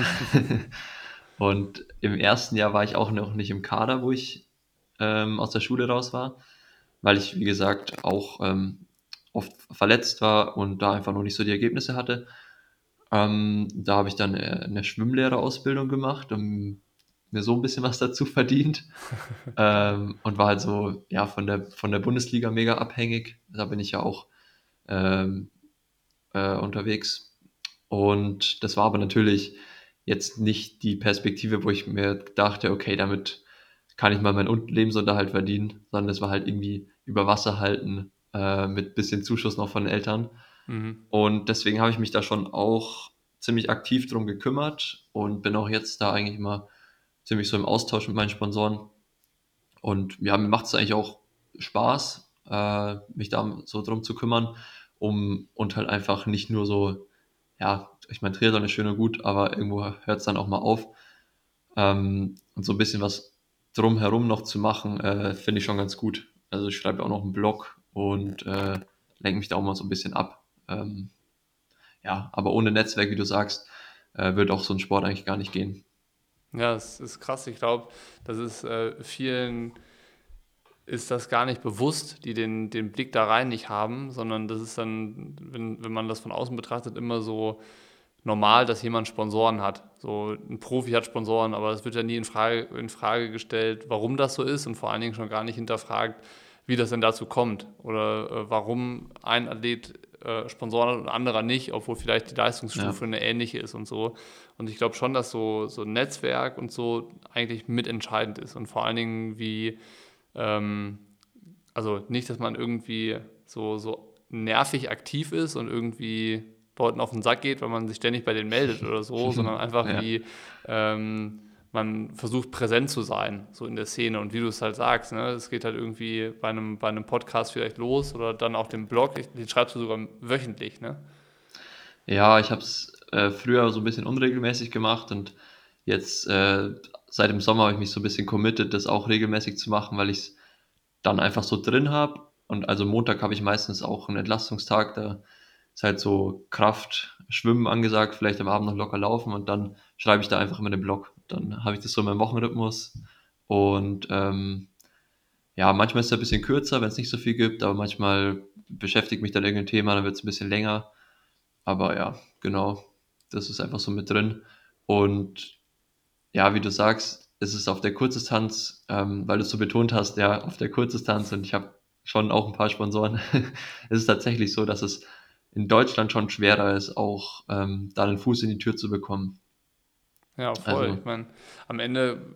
Und im ersten Jahr war ich auch noch nicht im Kader, wo ich ähm, aus der Schule raus war, weil ich, wie gesagt, auch ähm, oft verletzt war und da einfach noch nicht so die Ergebnisse hatte. Ähm, da habe ich dann äh, eine Schwimmlehrerausbildung gemacht, um mir so ein bisschen was dazu verdient. Ähm, und war halt so, ja, von der, von der Bundesliga mega abhängig. Da bin ich ja auch ähm, äh, unterwegs. Und das war aber natürlich jetzt nicht die Perspektive, wo ich mir dachte, okay, damit kann ich mal meinen Un- Lebensunterhalt verdienen, sondern das war halt irgendwie über Wasser halten, äh, mit bisschen Zuschuss noch von den Eltern. Mhm. Und deswegen habe ich mich da schon auch ziemlich aktiv drum gekümmert und bin auch jetzt da eigentlich immer ziemlich so im Austausch mit meinen Sponsoren. Und ja, mir macht es eigentlich auch Spaß, äh, mich da so drum zu kümmern, um und halt einfach nicht nur so, ja, ich meine, Triathlon ist schön und gut, aber irgendwo hört es dann auch mal auf. Ähm, und so ein bisschen was drumherum noch zu machen, äh, finde ich schon ganz gut. Also ich schreibe auch noch einen Blog und äh, lenke mich da auch mal so ein bisschen ab. Ähm, ja, aber ohne Netzwerk, wie du sagst, äh, wird auch so ein Sport eigentlich gar nicht gehen. Ja, es ist krass. Ich glaube, das ist äh, vielen ist das gar nicht bewusst, die den, den Blick da rein nicht haben, sondern das ist dann, wenn, wenn man das von außen betrachtet, immer so normal, dass jemand Sponsoren hat. So ein Profi hat Sponsoren, aber es wird ja nie in Frage, in Frage gestellt, warum das so ist und vor allen Dingen schon gar nicht hinterfragt, wie das denn dazu kommt oder äh, warum ein Athlet äh, Sponsoren hat und ein anderer nicht, obwohl vielleicht die Ja, Leistungsstufe eine ähnliche ist und so. Und ich glaube schon, dass so, so ein Netzwerk und so eigentlich mitentscheidend ist und vor allen Dingen, wie ähm, also nicht, dass man irgendwie so, so nervig aktiv ist und irgendwie Leuten auf den Sack geht, weil man sich ständig bei denen meldet oder so, sondern einfach ja. wie ähm, man versucht präsent zu sein, so in der Szene. Und wie du es halt sagst, ne, es geht halt irgendwie bei einem, bei einem Podcast vielleicht los oder dann auch dem Blog, ich, den schreibst du sogar wöchentlich, ne? Ja, ich habe es äh, früher so ein bisschen unregelmäßig gemacht und jetzt äh, seit dem Sommer habe ich mich so ein bisschen committed, das auch regelmäßig zu machen, weil ich es dann einfach so drin habe. Und also Montag habe ich meistens auch einen Entlastungstag, da ist halt so Kraft, Schwimmen angesagt, vielleicht am Abend noch locker laufen und dann schreibe ich da einfach immer den Blog. Dann habe ich das so in meinem Wochenrhythmus und ähm, ja, manchmal ist es ein bisschen kürzer, wenn es nicht so viel gibt, aber manchmal beschäftigt mich dann irgendein Thema, dann wird es ein bisschen länger. Aber ja, genau, das ist einfach so mit drin. Und ja, wie du sagst, es ist auf der Kurzdistanz, ähm, weil du es so betont hast, ja, auf der Kurzdistanz und ich habe schon auch ein paar Sponsoren. Es ist tatsächlich so, dass es in Deutschland schon schwerer ist, auch ähm, da einen Fuß in die Tür zu bekommen. Ja, voll. Ich Also, meine, am Ende,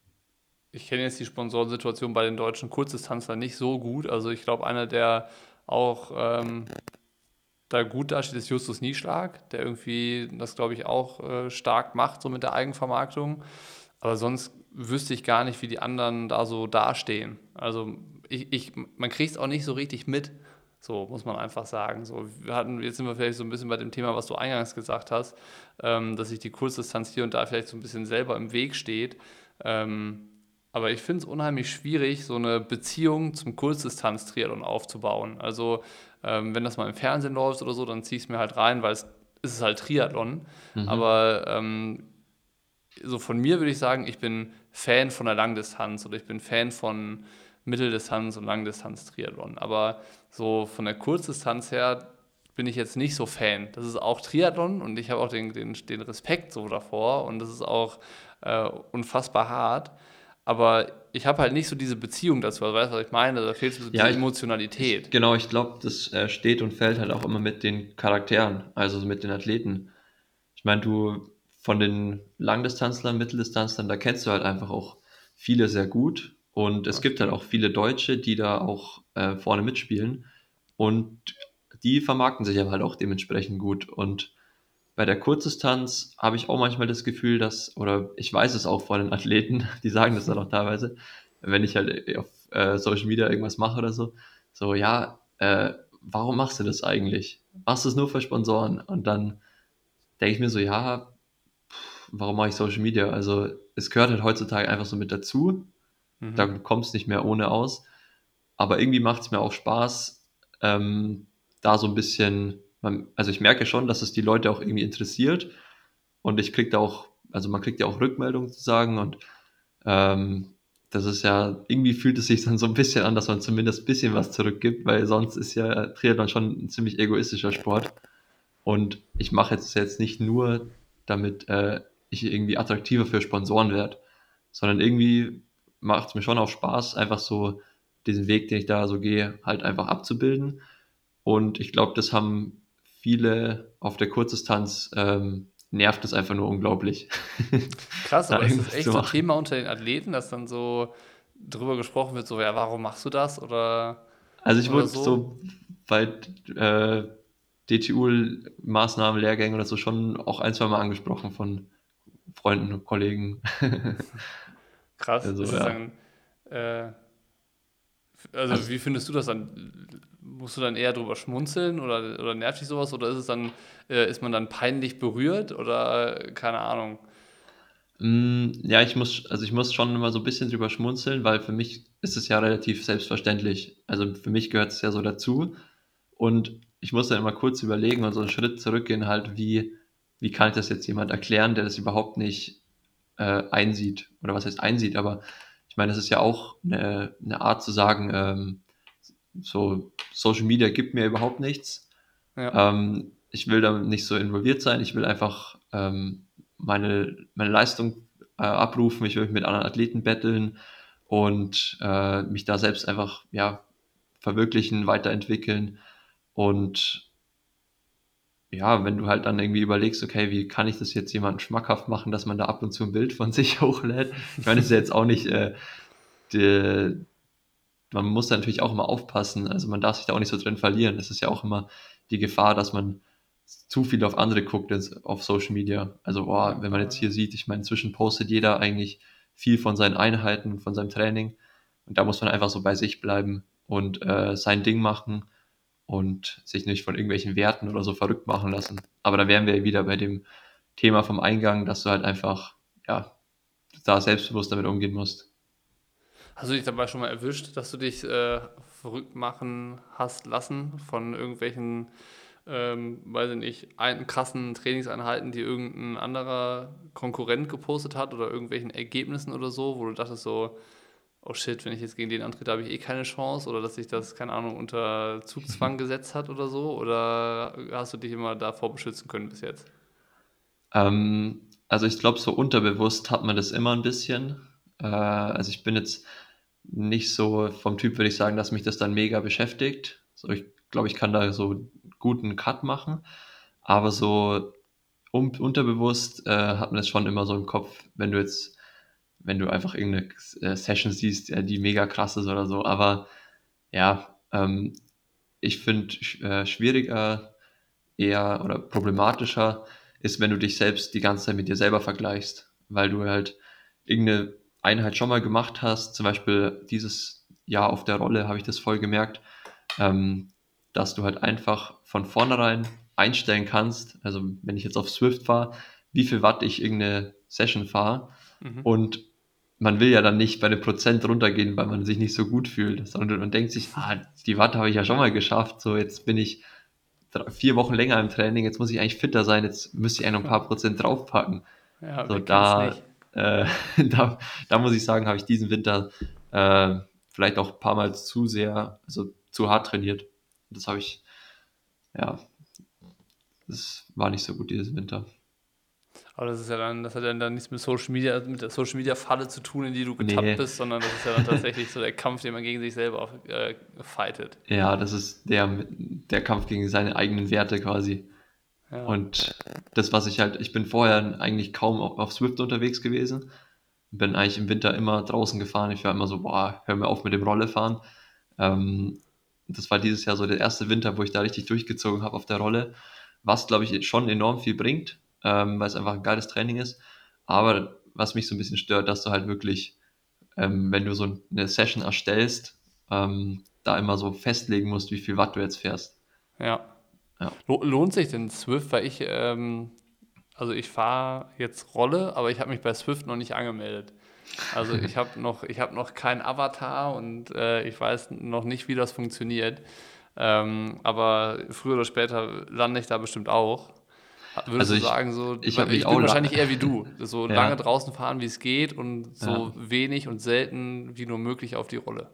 ich kenne jetzt die Sponsorensituation bei den deutschen Kurzdistanzlern nicht so gut. Also ich glaube, einer, der auch ähm, da gut dasteht, ist Justus Nieschlag, der irgendwie das, glaube ich, auch äh, stark macht, so mit der Eigenvermarktung. Aber sonst wüsste ich gar nicht, wie die anderen da so dastehen. Also ich, ich, man kriegt es auch nicht so richtig mit. So muss man einfach sagen. So, wir hatten, jetzt sind wir vielleicht so ein bisschen bei dem Thema, was du eingangs gesagt hast, ähm, dass sich die Kurzdistanz hier und da vielleicht so ein bisschen selber im Weg steht. Ähm, aber ich finde es unheimlich schwierig, so eine Beziehung zum Kurzdistanz-Triathlon aufzubauen. Also ähm, wenn das mal im Fernsehen läuft oder so, dann ziehe ich es mir halt rein, weil es, es ist halt Triathlon. mhm. Aber ähm, so von mir würde ich sagen, ich bin Fan von der Langdistanz oder ich bin Fan von Mitteldistanz und Langdistanz-Triathlon. Aber so von der Kurzdistanz her bin ich jetzt nicht so Fan. Das ist auch Triathlon und ich habe auch den, den, den Respekt so davor und das ist auch äh, unfassbar hart. Aber ich habe halt nicht so diese Beziehung dazu. Also weißt du, was ich meine? Da fehlt so Ja, diese ich, ich Emotionalität. genau, ich glaube, das äh, steht und fällt halt auch immer mit den Charakteren, also mit den Athleten. Ich meine, du von den Langdistanzlern, Mitteldistanzlern, da kennst du halt einfach auch viele sehr gut. Und es Das gibt halt auch stimmt. viele Deutsche, die da auch äh, vorne mitspielen. Und die vermarkten sich aber halt auch dementsprechend gut. Und bei der Kurzdistanz habe ich auch manchmal das Gefühl, dass, oder ich weiß es auch von den Athleten, die sagen das dann auch teilweise, wenn ich halt auf äh, Social Media irgendwas mache oder so, so, ja, äh, warum machst du das eigentlich? Machst du es nur für Sponsoren? Und dann denke ich mir so, ja, warum mache ich Social Media? Also es gehört halt heutzutage einfach so mit dazu. Da Mhm. kommst nicht mehr ohne aus. Aber irgendwie macht es mir auch Spaß, ähm, da so ein bisschen, man, also ich merke schon, dass es die Leute auch irgendwie interessiert und ich kriege da auch, also man kriegt ja auch Rückmeldungen zu sagen und ähm, das ist ja, irgendwie fühlt es sich dann so ein bisschen an, dass man zumindest ein bisschen was zurückgibt, weil sonst ist ja Triathlon schon ein ziemlich egoistischer Sport. Und ich mache jetzt jetzt nicht nur, damit äh, ich irgendwie attraktiver für Sponsoren werde, sondern irgendwie macht es mir schon auch Spaß, einfach so diesen Weg, den ich da so gehe, halt einfach abzubilden. Und ich glaube, das haben viele auf der Kurzdistanz, ähm, nervt es einfach nur unglaublich, Krass, da aber ist das irgendwas zu echt so machen. Thema unter den Athleten, dass dann so drüber gesprochen wird, so, ja, warum machst du das oder, Also ich oder wurde so? so bei äh, D T U-Maßnahmen, Lehrgängen oder so schon auch ein, zwei Mal angesprochen von Freunden und Kollegen. Krass. Also Ist es ja. dann, äh, also Also, wie findest du das dann? Musst du dann eher drüber schmunzeln oder, oder nervt dich sowas oder ist es dann, äh, ist man dann peinlich berührt oder äh, keine Ahnung? mh, ja, ich muss, also ich muss schon immer so ein bisschen drüber schmunzeln, weil für mich ist es ja relativ selbstverständlich. Also für mich gehört es ja so dazu. Und ich muss dann immer kurz überlegen und so einen Schritt zurückgehen, halt, wie, wie kann ich das jetzt jemand erklären, der das überhaupt nicht äh, einsieht? Oder was heißt einsieht? Aber ich meine, das ist ja auch eine, eine Art zu sagen, ähm, so Social Media gibt mir überhaupt nichts. Ja. Ähm, ich will da nicht so involviert sein. Ich will einfach ähm, meine, meine Leistung äh, abrufen. Ich will mit anderen Athleten betteln und äh, mich da selbst einfach ja, verwirklichen, weiterentwickeln. Und ja, wenn du halt dann irgendwie überlegst, okay, wie kann ich das jetzt jemandem schmackhaft machen, dass man da ab und zu ein Bild von sich hochlädt? Ich meine, das ist ja jetzt auch nicht, äh, die, man muss da natürlich auch immer aufpassen. Also man darf sich da auch nicht so drin verlieren. Es ist ja auch immer die Gefahr, dass man zu viel auf andere guckt ins, auf Social Media. Also, boah, Ja, wenn man jetzt hier äh, sieht, ich meine, inzwischen postet jeder eigentlich viel von seinen Einheiten, von seinem Training. Und da muss man einfach so bei sich bleiben und äh, sein Ding machen und sich nicht von irgendwelchen Werten oder so verrückt machen lassen. Aber da wären wir ja wieder bei dem Thema vom Eingang, dass du halt einfach, ja, da selbstbewusst damit umgehen musst. hast du dich dabei schon mal erwischt, dass du dich äh, verrückt machen hast lassen von irgendwelchen ähm, weiß ich nicht, einen krassen Trainingseinheiten, die irgendein anderer Konkurrent gepostet hat oder irgendwelchen Ergebnissen oder so, wo du dachtest so, oh shit, wenn ich jetzt gegen den antrete, habe ich eh keine Chance oder dass sich das, keine Ahnung, unter Zugzwang gesetzt hat oder so? Oder hast du dich immer davor beschützen können bis jetzt? Ähm, also ich glaube, so unterbewusst hat man das immer ein bisschen. Äh, also ich bin jetzt nicht so vom Typ, würde ich sagen, dass mich das dann mega beschäftigt. So, ich glaube, ich kann da so einen guten Cut machen. Aber so un unterbewusst äh, hat man das schon immer so im Kopf, wenn du jetzt, wenn du einfach irgendeine äh, Session siehst, ja, die mega krass ist oder so. Aber ja, ähm, ich finde sch äh, schwieriger eher oder problematischer ist, wenn du dich selbst die ganze Zeit mit dir selber vergleichst, weil du halt irgendeine Einheit schon mal gemacht hast. Zum Beispiel dieses Jahr auf der Rolle habe ich das voll gemerkt, ähm, dass du halt einfach von vornherein einstellen kannst, also wenn ich jetzt auf Swift fahre, wie viel Watt ich irgendeine Session fahre Mhm. und man will ja dann nicht bei den Prozent runtergehen, weil man sich nicht so gut fühlt, sondern man denkt sich, ah, die Watt habe ich ja schon mal geschafft, so jetzt bin ich drei, vier Wochen länger im Training, jetzt muss ich eigentlich fitter sein, jetzt müsste ich eigentlich noch ein paar Prozent draufpacken. Ja, So, wer kennt's da, nicht? äh, da, da muss ich sagen, habe ich diesen Winter äh, vielleicht auch ein paar Mal zu sehr, also zu hart trainiert. Das habe ich, ja, das war nicht so gut dieses Winter. Aber das ist ja dann, das hat ja dann nichts mit Social Media, mit der Social Media Falle zu tun, in die du getappt Nee, bist, sondern das ist ja dann tatsächlich so der Kampf, den man gegen sich selber auf, äh, fightet. ja, das ist der, der Kampf gegen seine eigenen Werte quasi. Ja. Und das, was ich halt, ich bin vorher eigentlich kaum auf, auf Swift unterwegs gewesen. Bin eigentlich im Winter immer draußen gefahren. Ich war immer so, boah, hör mir auf mit dem Rollefahren. Ähm, das war dieses Jahr so der erste Winter, wo ich da richtig durchgezogen habe auf der Rolle, was, glaube ich, schon enorm viel bringt, ähm, weil es einfach ein geiles Training ist. Aber was mich so ein bisschen stört, dass du halt wirklich, ähm, wenn du so eine Session erstellst, ähm, da immer so festlegen musst, wie viel Watt du jetzt fährst. Ja. Ja. Lo- Lohnt sich denn Swift? Weil ich, ähm, also ich fahre jetzt Rolle, aber ich habe mich bei Swift noch nicht angemeldet. Also ich habe noch, ich habe noch keinen Avatar und äh, ich weiß noch nicht, wie das funktioniert. Ähm, aber früher oder später lande ich da bestimmt auch. Würdest Also du ich, sagen, so, ich habe weil mich ich auch, bin la- wahrscheinlich eher wie du, so lange ja, draußen fahren, wie es geht und ja. so wenig und selten wie nur möglich auf die Rolle.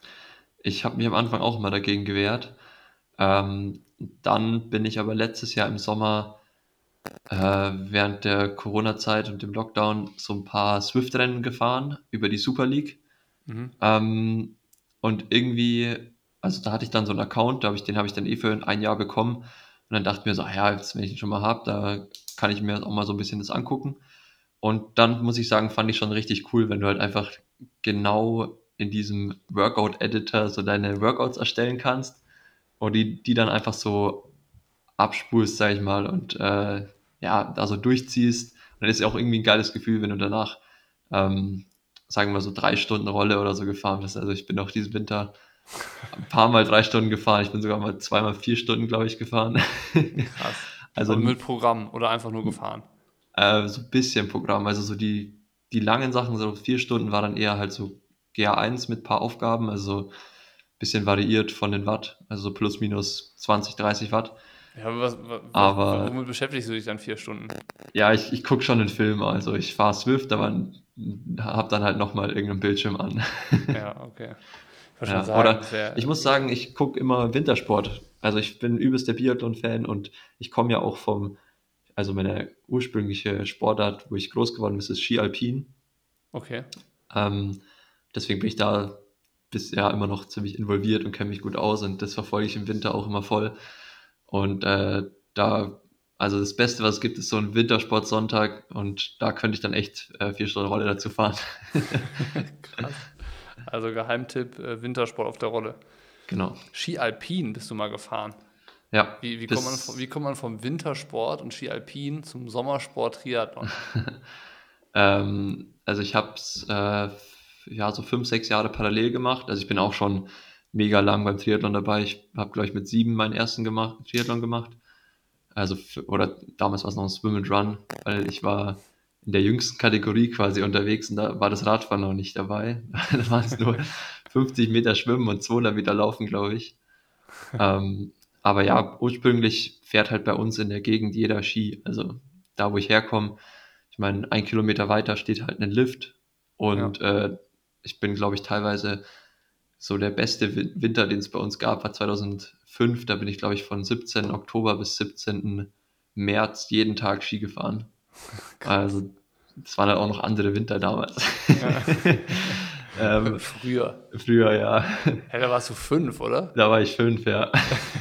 Ich habe mich am Anfang auch immer dagegen gewehrt. Ähm, dann bin ich aber letztes Jahr im Sommer äh, während der Corona-Zeit und dem Lockdown so ein paar Swift-Rennen gefahren über die Super League. Mhm. Ähm, und irgendwie, also da hatte ich dann so einen Account, da hab ich, den habe ich dann eh für ein Jahr bekommen. Und dann dachte ich mir so, ah ja, jetzt, wenn ich ihn schon mal habe, da kann ich mir auch mal so ein bisschen das angucken. Und dann muss ich sagen, fand ich schon richtig cool, wenn du halt einfach genau in diesem Workout-Editor so deine Workouts erstellen kannst und die, die dann einfach so abspulst, sag ich mal, und äh, ja, da so durchziehst. Und dann ist ja auch irgendwie ein geiles Gefühl, wenn du danach, ähm, sagen wir so drei Stunden Rolle oder so gefahren bist. Also ich bin auch diesen Winter ein paar Mal drei Stunden gefahren. Ich bin sogar mal zweimal vier Stunden, glaube ich, gefahren. Krass. Also Aber mit Programm oder einfach nur gefahren. äh, so ein bisschen Programm. Also so die, die langen Sachen, so vier Stunden war dann eher halt so G A eins mit paar Aufgaben, also so ein bisschen variiert von den Watt, also so plus minus zwanzig, dreißig Watt. Ja, aber was, was, Aber womit beschäftigst du dich dann vier Stunden? ja, ich, ich gucke schon den Film, also ich fahre Swift, aber habe dann halt nochmal irgendeinen Bildschirm an. Ja, okay. Ich wollte schon Ja, sagen, oder das ich wäre. muss sagen, ich gucke immer Wintersport. Also ich bin übelst der Biathlon-Fan und ich komme ja auch vom, also meine ursprüngliche Sportart, wo ich groß geworden bin, ist Ski Alpin. Okay. Ähm, deswegen bin ich da bisher immer noch ziemlich involviert und kenne mich gut aus und das verfolge ich im Winter auch immer voll. Und äh, da, also das Beste, was es gibt, ist so ein Wintersportsonntag und da könnte ich dann echt äh, vier Stunden Rolle dazu fahren. Krass. Also Geheimtipp, äh, Wintersport auf der Rolle. Genau. Ski Alpin bist du mal gefahren. Ja, Wie, wie, kommt man, vom- bis wie kommt man vom Wintersport und Ski Alpin zum Sommersport Triathlon? ähm, also ich habe es äh, ja so fünf, sechs Jahre parallel gemacht. Also ich bin auch schon mega lang beim Triathlon dabei. Ich habe, glaube ich, mit sieben meinen ersten gemacht, Triathlon gemacht. Also, für, oder damals war es noch ein Swim and Run, weil ich war in der jüngsten Kategorie quasi unterwegs und da war das Radfahren noch nicht dabei. Da waren es nur fünfzig Meter Schwimmen und zweihundert Meter Laufen, glaube ich. Ähm, aber ja, ursprünglich fährt halt bei uns in der Gegend jeder Ski. Also da, wo ich herkomme, ich meine, ein Kilometer weiter steht halt ein Lift Ja. und äh, ich bin, glaube ich, teilweise so der beste Win- Winter, den es bei uns gab, war zweitausendfünf. Da bin ich, glaube ich, von siebzehnten Oktober bis siebzehnten März jeden Tag Ski gefahren. Krass. Also es waren halt auch noch andere Winter damals. Ja. ähm, Früher. früher, ja. Hä, da warst du fünf, oder? Da war ich fünf, ja.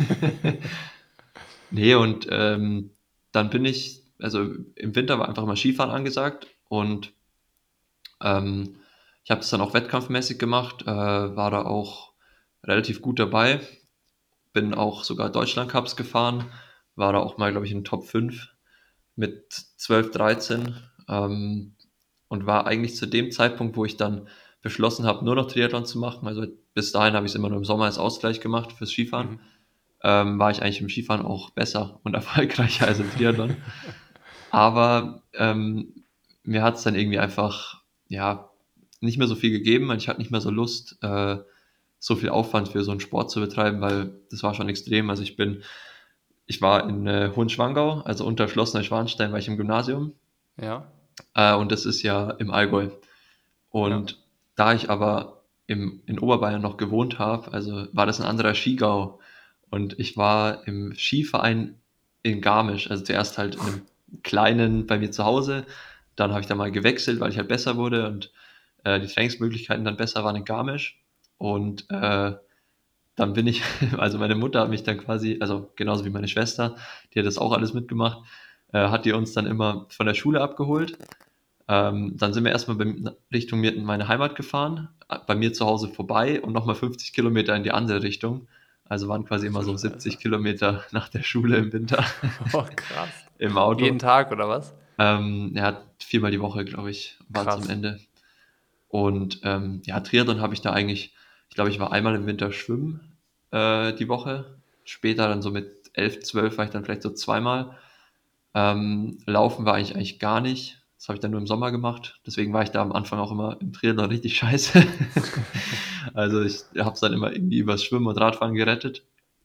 Nee, und ähm, dann bin ich, also im Winter war einfach mal Skifahren angesagt und ähm, ich habe das dann auch wettkampfmäßig gemacht, äh, war da auch relativ gut dabei, bin auch sogar Deutschlandcups gefahren, war da auch mal, glaube ich, in den Top fünf mit zwölf, dreizehn ähm, und war eigentlich zu dem Zeitpunkt, wo ich dann beschlossen habe, nur noch Triathlon zu machen, also bis dahin habe ich es immer nur im Sommer als Ausgleich gemacht fürs Skifahren, Mhm. ähm, war ich eigentlich im Skifahren auch besser und erfolgreicher als im Triathlon. Aber ähm, mir hat es dann irgendwie einfach, ja, nicht mehr so viel gegeben, weil ich hatte nicht mehr so Lust, äh, so viel Aufwand für so einen Sport zu betreiben, weil das war schon extrem. Also ich bin, ich war in äh, Hohenschwangau, also unter Schloss Neuschwanstein war ich im Gymnasium, Ja, äh, und das ist ja im Allgäu. ja. Und da ich aber im, in Oberbayern noch gewohnt habe, also war das ein anderer Skigau. Und ich war im Skiverein in Garmisch, also zuerst halt in einem kleinen bei mir zu Hause. Dann habe ich da mal gewechselt, weil ich halt besser wurde und äh, die Trainingsmöglichkeiten dann besser waren in Garmisch. Und äh, dann bin ich, also meine Mutter hat mich dann quasi, also genauso wie meine Schwester, die hat das auch alles mitgemacht, äh, hat die uns dann immer von der Schule abgeholt. Ähm, dann sind wir erstmal bei, Richtung mir, meine Heimat gefahren, äh, bei mir zu Hause vorbei und nochmal fünfzig Kilometer in die andere Richtung. Also waren quasi Ach immer du so Scheiße. siebzig Kilometer nach der Schule im Winter Oh, krass. im Jeden Auto. Tag oder was? Ähm, er hat viermal die Woche, glaube ich, war zum Krass. Ende. Und ähm, ja, Triathlon habe ich da eigentlich, ich glaube, ich war einmal im Winter schwimmen äh, die Woche. Später dann so mit elf, zwölf war ich dann vielleicht so zweimal. Ähm, Laufen war ich eigentlich gar nicht. Das habe ich dann nur im Sommer gemacht. Deswegen war ich da am Anfang auch immer im Triathlon richtig scheiße. Also ich habe es dann immer irgendwie übers Schwimmen und Radfahren gerettet.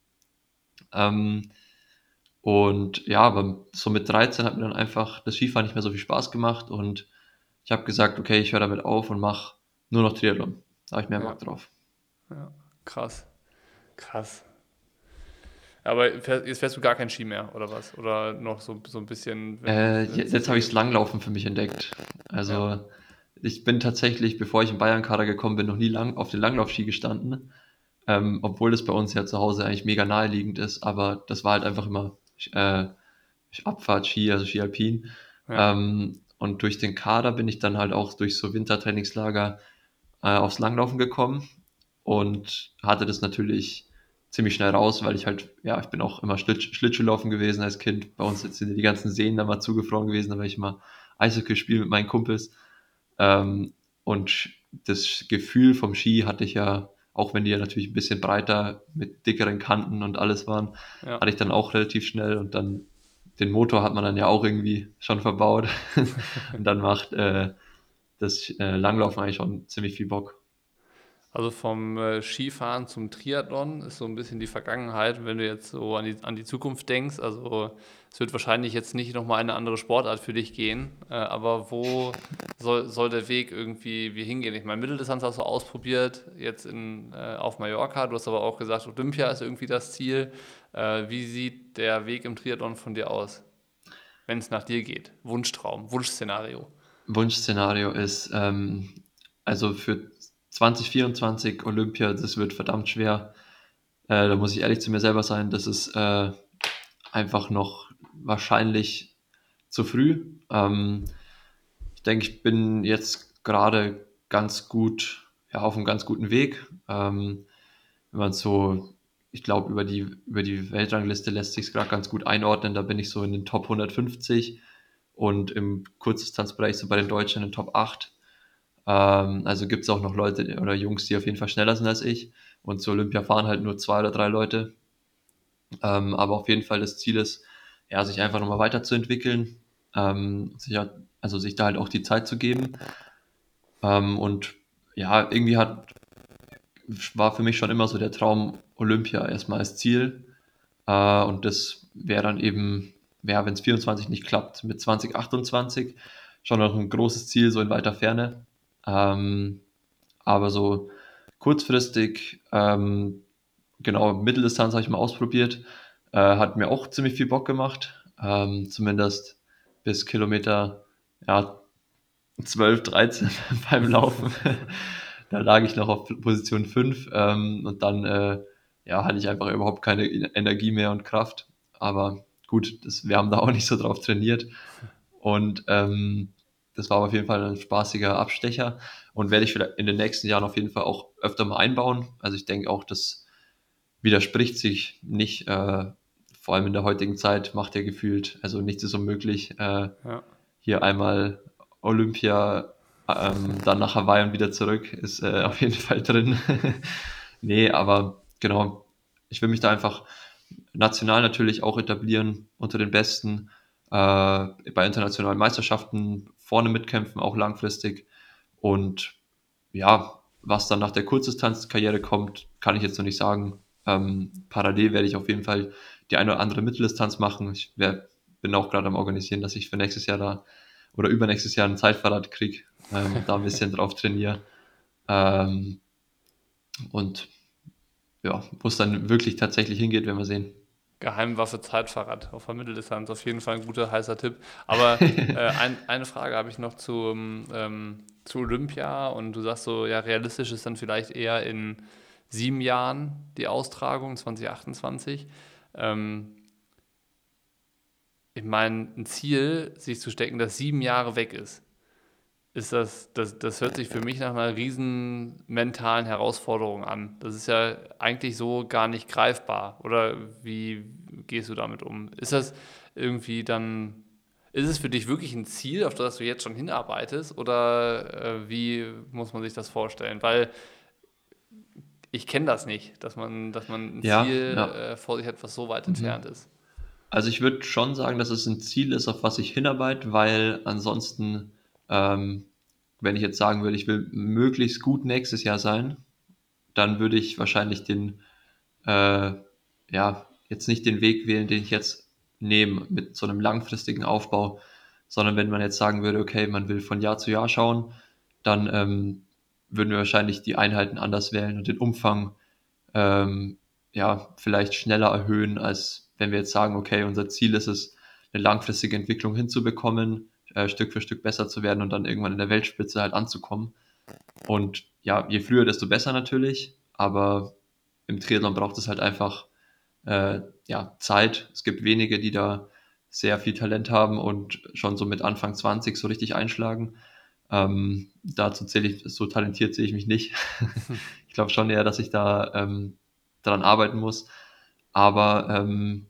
Ähm, und ja, aber so mit dreizehn hat mir dann einfach das Skifahren nicht mehr so viel Spaß gemacht und ich habe gesagt, okay, ich höre damit auf und mache nur noch Triathlon. Da habe ich mehr Ja, Bock drauf. ja. Krass. Krass. Aber fähr- jetzt fährst du gar kein Ski mehr, oder was? Oder noch so, so ein bisschen, wenn Äh, es je- sich jetzt habe ich das ergibt? Langlaufen für mich entdeckt. Ja, Also ich bin tatsächlich, bevor ich in Bayern-Kader gekommen bin, noch nie lang auf den Langlaufski gestanden. Ähm, obwohl das bei uns ja zu Hause eigentlich mega naheliegend ist, aber das war halt einfach immer äh, Abfahrt-Ski, also Ski Alpin. ja, Ähm, und durch den Kader bin ich dann halt auch durch so Wintertrainingslager äh, aufs Langlaufen gekommen und hatte das natürlich ziemlich schnell raus, weil ich halt, ja, ich bin auch immer Schlitsch Schlittschuhlaufen gewesen als Kind. Bei uns jetzt sind die ganzen Seen da mal zugefroren gewesen, da war ich immer Eishockey spielen mit meinen Kumpels. Ähm, und das Gefühl vom Ski hatte ich ja, auch wenn die ja natürlich ein bisschen breiter mit dickeren Kanten und alles waren, ja. hatte ich dann auch relativ schnell und dann den Motor hat man dann ja auch irgendwie schon verbaut. Und dann macht äh, das äh, Langlaufen eigentlich schon ziemlich viel Bock. Also vom äh, Skifahren zum Triathlon ist so ein bisschen die Vergangenheit, wenn du jetzt so an die, an die Zukunft denkst. Also es wird wahrscheinlich jetzt nicht nochmal eine andere Sportart für dich gehen, äh, aber wo soll, soll der Weg irgendwie wie hingehen? Ich meine, Mitteldistanz hast du ausprobiert, jetzt in, äh, auf Mallorca. Du hast aber auch gesagt, Olympia ist irgendwie das Ziel. Äh, wie sieht der Weg im Triathlon von dir aus, wenn es nach dir geht? Wunschtraum, Wunschszenario. Wunschszenario ist, ähm, also für zwanzig vierundzwanzig Olympia, das wird verdammt schwer. Äh, da muss ich ehrlich zu mir selber sein, das ist äh, einfach noch wahrscheinlich zu früh. Ähm, ich denke, ich bin jetzt gerade ganz gut, ja, auf einem ganz guten Weg. Ähm, wenn man so, ich glaube, über die, über die Weltrangliste lässt sich es gerade ganz gut einordnen. Da bin ich so in den Top hundertfünfzig und im Kurzdistanzbereich so bei den Deutschen in den Top acht. Ähm, also gibt es auch noch Leute oder Jungs, die auf jeden Fall schneller sind als ich. Und zu Olympia fahren halt nur zwei oder drei Leute. Ähm, aber auf jeden Fall das Ziel ist, ja, sich einfach nochmal weiterzuentwickeln, ähm, sich, halt- also sich da halt auch die Zeit zu geben. Ähm, und ja, irgendwie hat, war für mich schon immer so der Traum Olympia erstmal als Ziel. Äh, und das wäre dann eben, ja, wenn es vierundzwanzig nicht klappt, mit zwanzig achtundzwanzig schon noch ein großes Ziel, so in weiter Ferne. Ähm, aber so kurzfristig, ähm, genau, Mitteldistanz habe ich mal ausprobiert. Äh, hat mir auch ziemlich viel Bock gemacht. Ähm, zumindest bis Kilometer ja, zwölf, dreizehn beim Laufen. Da lag ich noch auf Position fünf ähm, und dann äh, ja, hatte ich einfach überhaupt keine Energie mehr und Kraft. Aber gut, das, wir haben da auch nicht so drauf trainiert. Und ähm, das war auf jeden Fall ein spaßiger Abstecher und werde ich vielleicht in den nächsten Jahren auf jeden Fall auch öfter mal einbauen. Also ich denke auch, das widerspricht sich nicht. Äh, vor allem in der heutigen Zeit macht er gefühlt, also nichts ist unmöglich. Äh, Ja. hier einmal Olympia, ähm, dann nach Hawaii und wieder zurück, ist äh, auf jeden Fall drin. Nee, aber genau, ich will mich da einfach national natürlich auch etablieren unter den Besten, äh, bei internationalen Meisterschaften vorne mitkämpfen, auch langfristig. Und ja, was dann nach der Kurzdistanzkarriere kommt, kann ich jetzt noch nicht sagen. Ähm, parallel werde ich auf jeden Fall die eine oder andere Mitteldistanz machen. Ich wär, bin auch gerade am Organisieren, dass ich für nächstes Jahr da oder übernächstes Jahr ein Zeitfahrrad kriege ähm, und da ein bisschen drauf trainiere. Ähm, und ja, wo es dann wirklich tatsächlich hingeht, werden wir sehen. Geheimwaffe Zeitfahrrad auf der Mitteldistanz, auf jeden Fall ein guter heißer Tipp. Aber äh, ein, eine Frage habe ich noch zum, ähm, zu Olympia und du sagst so, ja, realistisch ist dann vielleicht eher in sieben Jahren die Austragung, zwanzig achtundzwanzig. Ähm, ich meine, ein Ziel, sich zu stecken, das sieben Jahre weg ist, ist das, das, das hört sich für mich nach einer riesen mentalen Herausforderung an. Das ist ja eigentlich so gar nicht greifbar. Oder wie gehst du damit um? Ist das irgendwie dann, ist es für dich wirklich ein Ziel, auf das du jetzt schon hinarbeitest? Oder äh, wie muss man sich das vorstellen? Weil ich kenne das nicht, dass man, dass man ein Ja, Ziel ja. äh, vor sich hat, was so weit entfernt Mhm. ist. Also ich würde schon sagen, dass es ein Ziel ist, auf was ich hinarbeite, weil ansonsten, ähm, wenn ich jetzt sagen würde, ich will möglichst gut nächstes Jahr sein, dann würde ich wahrscheinlich den, äh, ja, jetzt nicht den Weg wählen, den ich jetzt nehme, mit so einem langfristigen Aufbau, sondern wenn man jetzt sagen würde, okay, man will von Jahr zu Jahr schauen, dann ähm, würden wir wahrscheinlich die Einheiten anders wählen und den Umfang ähm, ja, vielleicht schneller erhöhen, als wenn wir jetzt sagen, okay, unser Ziel ist es, eine langfristige Entwicklung hinzubekommen, äh, Stück für Stück besser zu werden und dann irgendwann in der Weltspitze halt anzukommen. Und ja, je früher, desto besser natürlich, aber im Triathlon braucht es halt einfach äh, ja, Zeit. Es gibt wenige, die da sehr viel Talent haben und schon so mit Anfang zwanzig so richtig einschlagen. Ähm, dazu zähle ich, so talentiert sehe ich mich nicht. Ich glaube schon eher, dass ich da ähm, daran arbeiten muss. Aber ähm,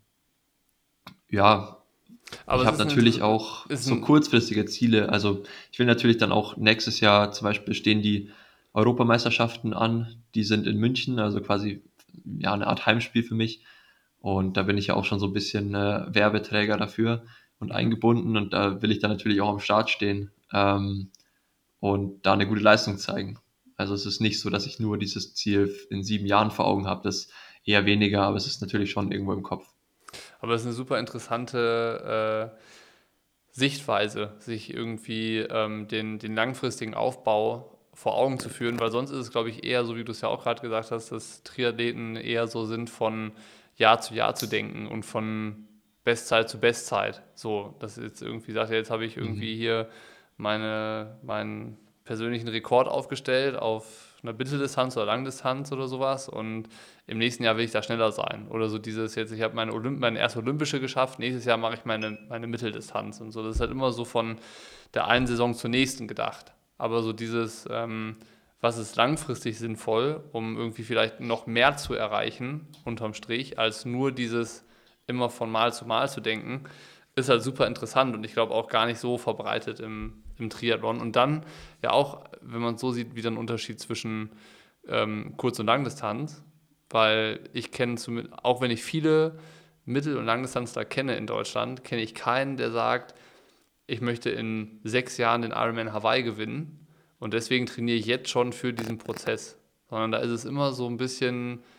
ja, Aber ich es habe ist natürlich ein, auch ist so ein kurzfristige Ziele. Also ich will natürlich dann auch nächstes Jahr zum Beispiel stehen die Europameisterschaften an. Die sind in München, also quasi ja eine Art Heimspiel für mich. Und da bin ich ja auch schon so ein bisschen äh, Werbeträger dafür und mhm. eingebunden. Und da will ich dann natürlich auch am Start stehen ähm, und da eine gute Leistung zeigen. Also es ist nicht so, dass ich nur dieses Ziel in sieben Jahren vor Augen habe. Das eher weniger, aber es ist natürlich schon irgendwo im Kopf. Aber es ist eine super interessante äh, Sichtweise, sich irgendwie ähm, den, den langfristigen Aufbau vor Augen zu führen, weil sonst ist es, glaube ich, eher so, wie du es ja auch gerade gesagt hast, dass Triathleten eher so sind, von Jahr zu Jahr zu denken und von Bestzeit zu Bestzeit. So, dass jetzt irgendwie sagt, ja, jetzt habe ich irgendwie Mhm. hier meine, meinen persönlichen Rekord aufgestellt auf einer Mitteldistanz oder Langdistanz oder sowas und im nächsten Jahr will ich da schneller sein. Oder so dieses jetzt, ich habe meine, Olymp meine erste Olympische geschafft, nächstes Jahr mache ich meine, meine Mitteldistanz und so. Das ist halt immer so von der einen Saison zur nächsten gedacht. Aber so dieses, ähm, was ist langfristig sinnvoll, um irgendwie vielleicht noch mehr zu erreichen, unterm Strich, als nur dieses immer von Mal zu Mal zu denken, ist halt super interessant und ich glaube auch gar nicht so verbreitet im, im Triathlon. Und dann ja auch, wenn man es so sieht, wieder ein Unterschied zwischen ähm, Kurz- und Langdistanz, weil ich kenne, auch wenn ich viele Mittel- und Langdistanzler kenne in Deutschland, kenne ich keinen, der sagt, ich möchte in sechs Jahren den Ironman Hawaii gewinnen und deswegen trainiere ich jetzt schon für diesen Prozess. Sondern da ist es immer so ein bisschen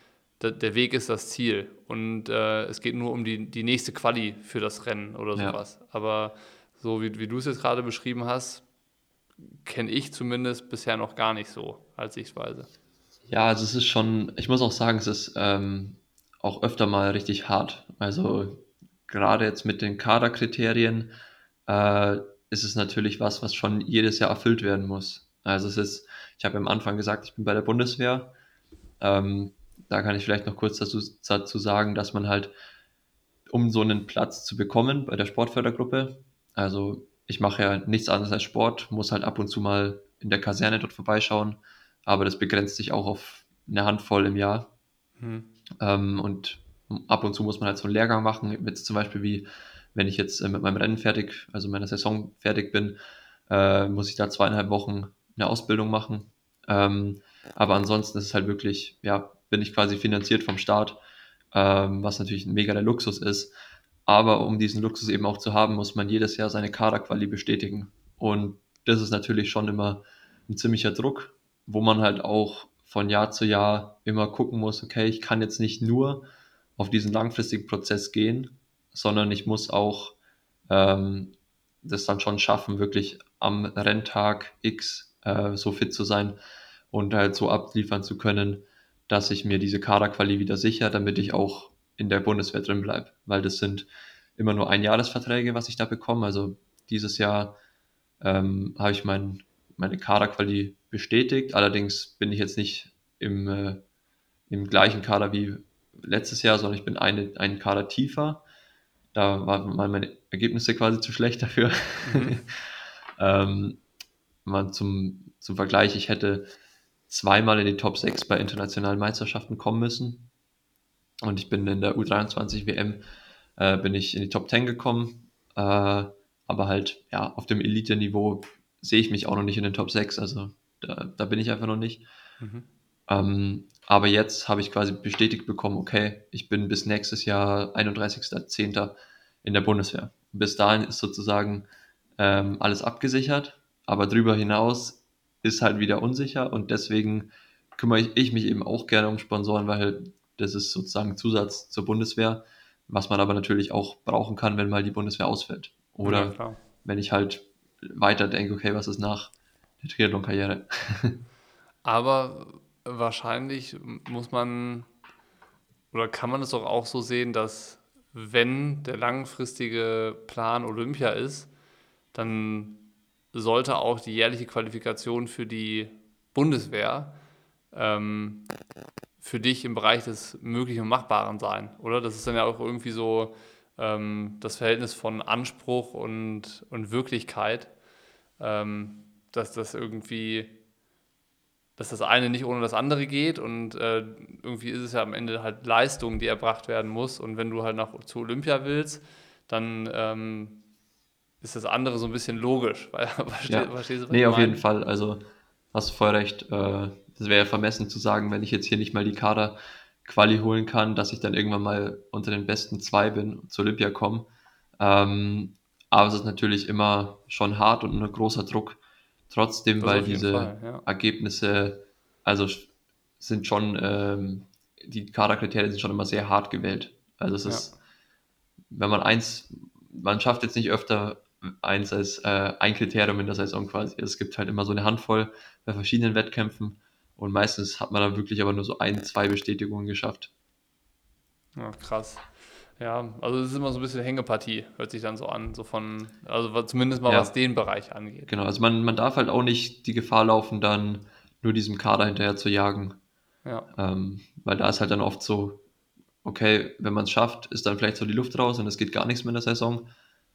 da, der Weg ist das Ziel und äh, es geht nur um die, die nächste Quali für das Rennen oder Ja. sowas. Aber so wie, wie du es jetzt gerade beschrieben hast, kenne ich zumindest bisher noch gar nicht so als Sichtweise. Ja, also es ist schon, ich muss auch sagen, es ist ähm, auch öfter mal richtig hart. Also gerade jetzt mit den Kaderkriterien äh, ist es natürlich was, was schon jedes Jahr erfüllt werden muss. Also es ist, ich habe am Anfang gesagt, ich bin bei der Bundeswehr. Ähm, Da kann ich vielleicht noch kurz dazu, dazu sagen, dass man halt, um so einen Platz zu bekommen bei der Sportfördergruppe, also ich mache ja nichts anderes als Sport, muss halt ab und zu mal in der Kaserne dort vorbeischauen, aber das begrenzt sich auch auf eine Handvoll im Jahr. Hm. Ähm, und ab und zu muss man halt so einen Lehrgang machen, jetzt zum Beispiel wie, wenn ich jetzt äh, mit meinem Rennen fertig, also meiner Saison fertig bin, äh, muss ich da zweieinhalb Wochen eine Ausbildung machen. Ähm, aber ansonsten ist es halt wirklich, ja, bin ich quasi finanziert vom Staat, ähm, was natürlich ein mega der Luxus ist. Aber um diesen Luxus eben auch zu haben, muss man jedes Jahr seine Kaderquali bestätigen. Und das ist natürlich schon immer ein ziemlicher Druck, wo man halt auch von Jahr zu Jahr immer gucken muss, okay, ich kann jetzt nicht nur auf diesen langfristigen Prozess gehen, sondern ich muss auch ähm, das dann schon schaffen, wirklich am Renntag X äh, so fit zu sein und halt so abliefern zu können, dass ich mir diese Kaderquali wieder sichere, damit ich auch in der Bundeswehr drin bleibe. Weil das sind immer nur Einjahresverträge, was ich da bekomme. Also dieses Jahr ähm, habe ich mein, meine Kaderquali bestätigt. Allerdings bin ich jetzt nicht im, äh, im gleichen Kader wie letztes Jahr, sondern ich bin eine, einen Kader tiefer. Da waren meine Ergebnisse quasi zu schlecht dafür. Mhm. ähm, man zum, zum Vergleich, ich hätte zweimal in die Top sechs bei internationalen Meisterschaften kommen müssen. Und ich bin in der U dreiundzwanzig W M, äh, bin ich in die Top zehn gekommen. Äh, aber halt, ja, auf dem Elite-Niveau sehe ich mich auch noch nicht in den Top sechs. Also da, da bin ich einfach noch nicht. Mhm. Ähm, aber jetzt habe ich quasi bestätigt bekommen, okay, ich bin bis nächstes Jahr einunddreißigster zehnter in der Bundeswehr. Bis dahin ist sozusagen ähm, alles abgesichert, aber darüber hinaus ist halt wieder unsicher und deswegen kümmere ich, ich mich eben auch gerne um Sponsoren, weil das ist sozusagen Zusatz zur Bundeswehr, was man aber natürlich auch brauchen kann, wenn mal die Bundeswehr ausfällt. Ja, Oder klar. wenn ich halt weiter denke, okay, was ist nach der Triathlon-Karriere? Aber wahrscheinlich muss man oder kann man es doch auch so sehen, dass wenn der langfristige Plan Olympia ist, dann sollte auch die jährliche Qualifikation für die Bundeswehr ähm, für dich im Bereich des Möglichen und Machbaren sein, oder? Das ist dann ja auch irgendwie so ähm, das Verhältnis von Anspruch und, und Wirklichkeit, ähm, dass das irgendwie, dass das eine nicht ohne das andere geht und äh, irgendwie ist es ja am Ende halt Leistung, die erbracht werden muss und wenn du halt nach zu Olympia willst, dann ähm, ist das andere so ein bisschen logisch, weil, verstehst, Ja, verstehst du, was nee, ich auf jeden meine? Fall. Also hast du voll recht. Äh, das wäre ja vermessen zu sagen, wenn ich jetzt hier nicht mal die Kader-Quali holen kann, dass ich dann irgendwann mal unter den besten zwei bin und zur Olympia komme. Ähm, aber es ist natürlich immer schon hart und ein großer Druck. Trotzdem, Das weil auf jeden diese Fall, ja. Ergebnisse, also sind schon, ähm, die Kaderkriterien sind schon immer sehr hart gewählt. Also es Ja, ist, wenn man eins, man schafft jetzt nicht öfter eins als äh, ein Kriterium in der Saison quasi. Es gibt halt immer so eine Handvoll bei verschiedenen Wettkämpfen und meistens hat man dann wirklich aber nur so ein, zwei Bestätigungen geschafft. ja, krass. Ja, also es ist immer so ein bisschen Hängepartie, hört sich dann so an, so von, also wa- zumindest mal was Ja, den Bereich angeht. genau. Also man, man darf halt auch nicht die Gefahr laufen, dann nur diesem Kader hinterher zu jagen. Ja, Ähm, weil da ist halt dann oft so, okay, wenn man es schafft, ist dann vielleicht so die Luft raus und es geht gar nichts mehr in der Saison.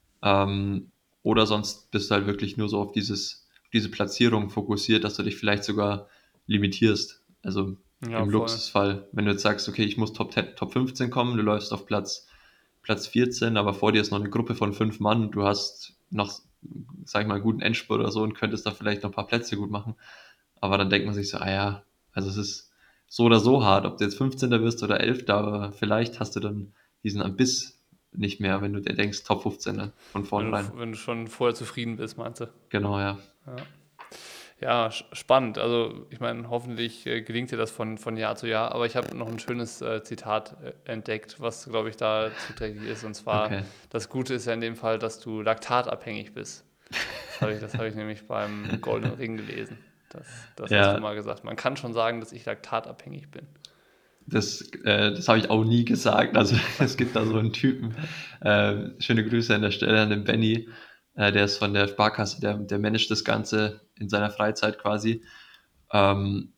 Ähm, oder sonst bist du halt wirklich nur so auf dieses, auf diese Platzierung fokussiert, dass du dich vielleicht sogar limitierst. Also ja, im voll. Luxusfall, wenn du jetzt sagst, okay, ich muss Top zehn, Top fünfzehn kommen, du läufst auf Platz, Platz vierzehn, aber vor dir ist noch eine Gruppe von fünf Mann, du hast noch, sag ich mal, einen guten Endspurt oder so und könntest da vielleicht noch ein paar Plätze gut machen. Aber dann denkt man sich so, ah ja, also es ist so oder so hart, ob du jetzt fünfzehnter wirst oder elfter, aber vielleicht hast du dann diesen Biss nicht mehr, wenn du dir denkst, Top fünfzehn von Wenn du, vornherein. wenn du schon vorher zufrieden bist, meinst du? Genau, ja. Ja. Ja, spannend. Also ich meine, hoffentlich äh, gelingt dir das von, von Jahr zu Jahr. Aber ich habe noch ein schönes äh, Zitat äh, entdeckt, was, glaube ich, da zuträglich ist. Und zwar, Okay. das Gute ist ja in dem Fall, dass du laktatabhängig bist. Das habe ich, das habe ich nämlich beim Goldenen Ring gelesen. Das, das hast du Ja, mal gesagt. Man kann schon sagen, dass ich laktatabhängig bin. das, äh, das habe ich auch nie gesagt. Also es gibt da so einen Typen, äh, schöne Grüße an der Stelle an den Benny, äh, der ist von der Sparkasse, der, der managt das Ganze in seiner Freizeit quasi. Ähm,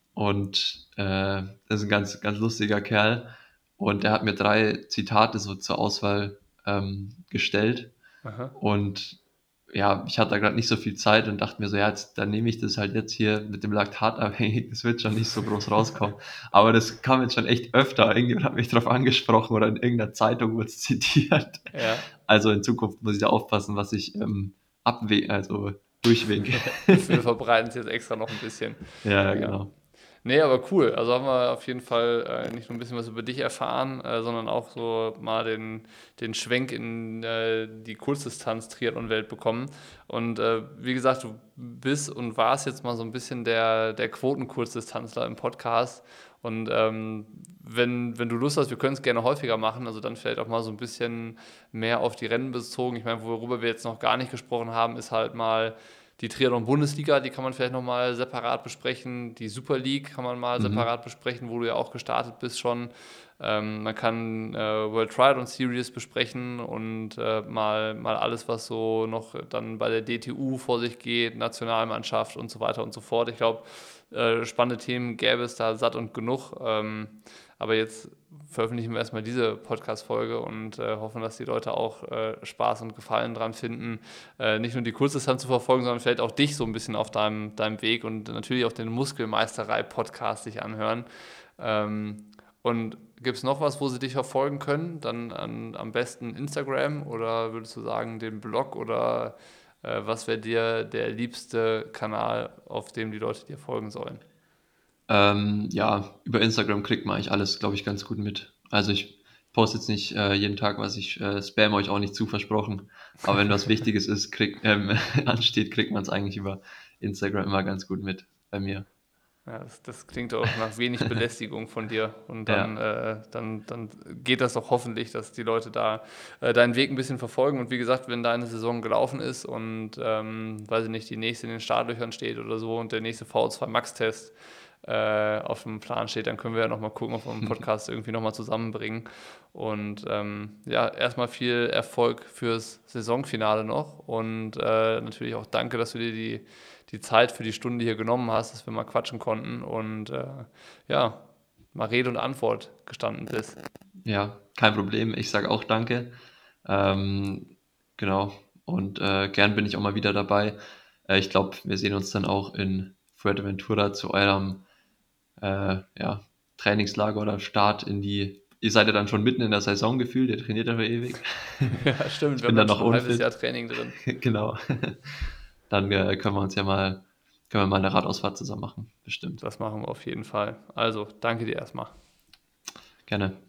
und äh, das ist ein ganz, ganz lustiger Kerl. Und der hat mir drei Zitate so zur Auswahl ähm, gestellt. Aha. Und ja, ich hatte da gerade nicht so viel Zeit und dachte mir so, ja, jetzt, dann nehme ich das halt jetzt hier mit dem Laktatabhängig, das wird schon nicht so groß rauskommen. Aber das kam jetzt schon echt öfter. Irgendjemand hat mich darauf angesprochen oder in irgendeiner Zeitung wurde es zitiert. Ja, Also in Zukunft muss ich da aufpassen, was ich ähm, abwege, also durchwege. wir, wir verbreiten es jetzt extra noch ein bisschen. Ja, Ja. genau. Nee, aber cool. Also haben wir auf jeden Fall äh, nicht nur ein bisschen was über dich erfahren, äh, sondern auch so mal den, den Schwenk in äh, die Kurzdistanz-Triathlon-Welt bekommen. Und äh, wie gesagt, du bist und warst jetzt mal so ein bisschen der, der Quoten-Kurzdistanzler im Podcast. Und ähm, wenn, wenn du Lust hast, wir können es gerne häufiger machen, also dann vielleicht auch mal so ein bisschen mehr auf die Rennen bezogen. Ich meine, worüber wir jetzt noch gar nicht gesprochen haben, ist halt mal die Triathlon-Bundesliga, die kann man vielleicht nochmal separat besprechen. Die Super League kann man mal Mhm. separat besprechen, wo du ja auch gestartet bist schon. Ähm, man kann äh, World Triathlon Series besprechen und äh, mal, mal alles, was so noch dann bei der D T U vor sich geht, Nationalmannschaft und so weiter und so fort. Ich glaube, äh, spannende Themen gäbe es da satt und genug. Ähm, aber jetzt veröffentlichen wir erstmal diese Podcast-Folge und äh, hoffen, dass die Leute auch äh, Spaß und Gefallen dran finden, äh, nicht nur die Kurzdistanz zu verfolgen, sondern vielleicht auch dich so ein bisschen auf deinem, deinem Weg und natürlich auch den Muskelmeisterei-Podcast sich anhören. Ähm, und gibt es noch was, wo sie dich verfolgen können? Dann an, am besten Instagram oder würdest du sagen den Blog oder äh, was wäre dir der liebste Kanal, auf dem die Leute dir folgen sollen? Ähm, ja, über Instagram kriegt man eigentlich alles, glaube ich, ganz gut mit. Also ich poste jetzt nicht äh, jeden Tag, was ich äh, spam euch auch nicht zu versprochen. Aber wenn was Wichtiges ist, krieg, ähm, ansteht, kriegt man es eigentlich über Instagram immer ganz gut mit bei mir. Ja, das, das klingt auch nach wenig Belästigung von dir. Und dann, Ja, äh, dann, dann geht das doch hoffentlich, dass die Leute da äh, deinen Weg ein bisschen verfolgen. Und wie gesagt, wenn deine Saison gelaufen ist und, ähm, weiß ich nicht, die nächste in den Startlöchern steht oder so und der nächste V O zwei Max-Test äh, auf dem Plan steht, dann können wir ja nochmal gucken, ob wir einen Podcast irgendwie nochmal zusammenbringen. Und ähm, ja, erstmal viel Erfolg fürs Saisonfinale noch. Und äh, natürlich auch danke, dass du dir die die Zeit für die Stunde hier genommen hast, dass wir mal quatschen konnten und äh, ja, mal Rede und Antwort gestanden bist. ja, kein Problem. Ich sage auch danke. Ähm, genau. Und äh, gern bin ich auch mal wieder dabei. Äh, ich glaube, wir sehen uns dann auch in Fuerteventura zu eurem äh, ja, Trainingslager oder Start in die. Ihr seid ja dann schon mitten in der Saison gefühlt, ihr trainiert ja schon ewig. Ja, stimmt, Ich wir bin haben dann dann noch schon ein halbes Jahr unfit. Training drin. Genau. Dann äh, können wir uns ja mal, können wir mal eine Radausfahrt zusammen machen. Bestimmt. Das machen wir auf jeden Fall. Also, danke dir erstmal. Gerne.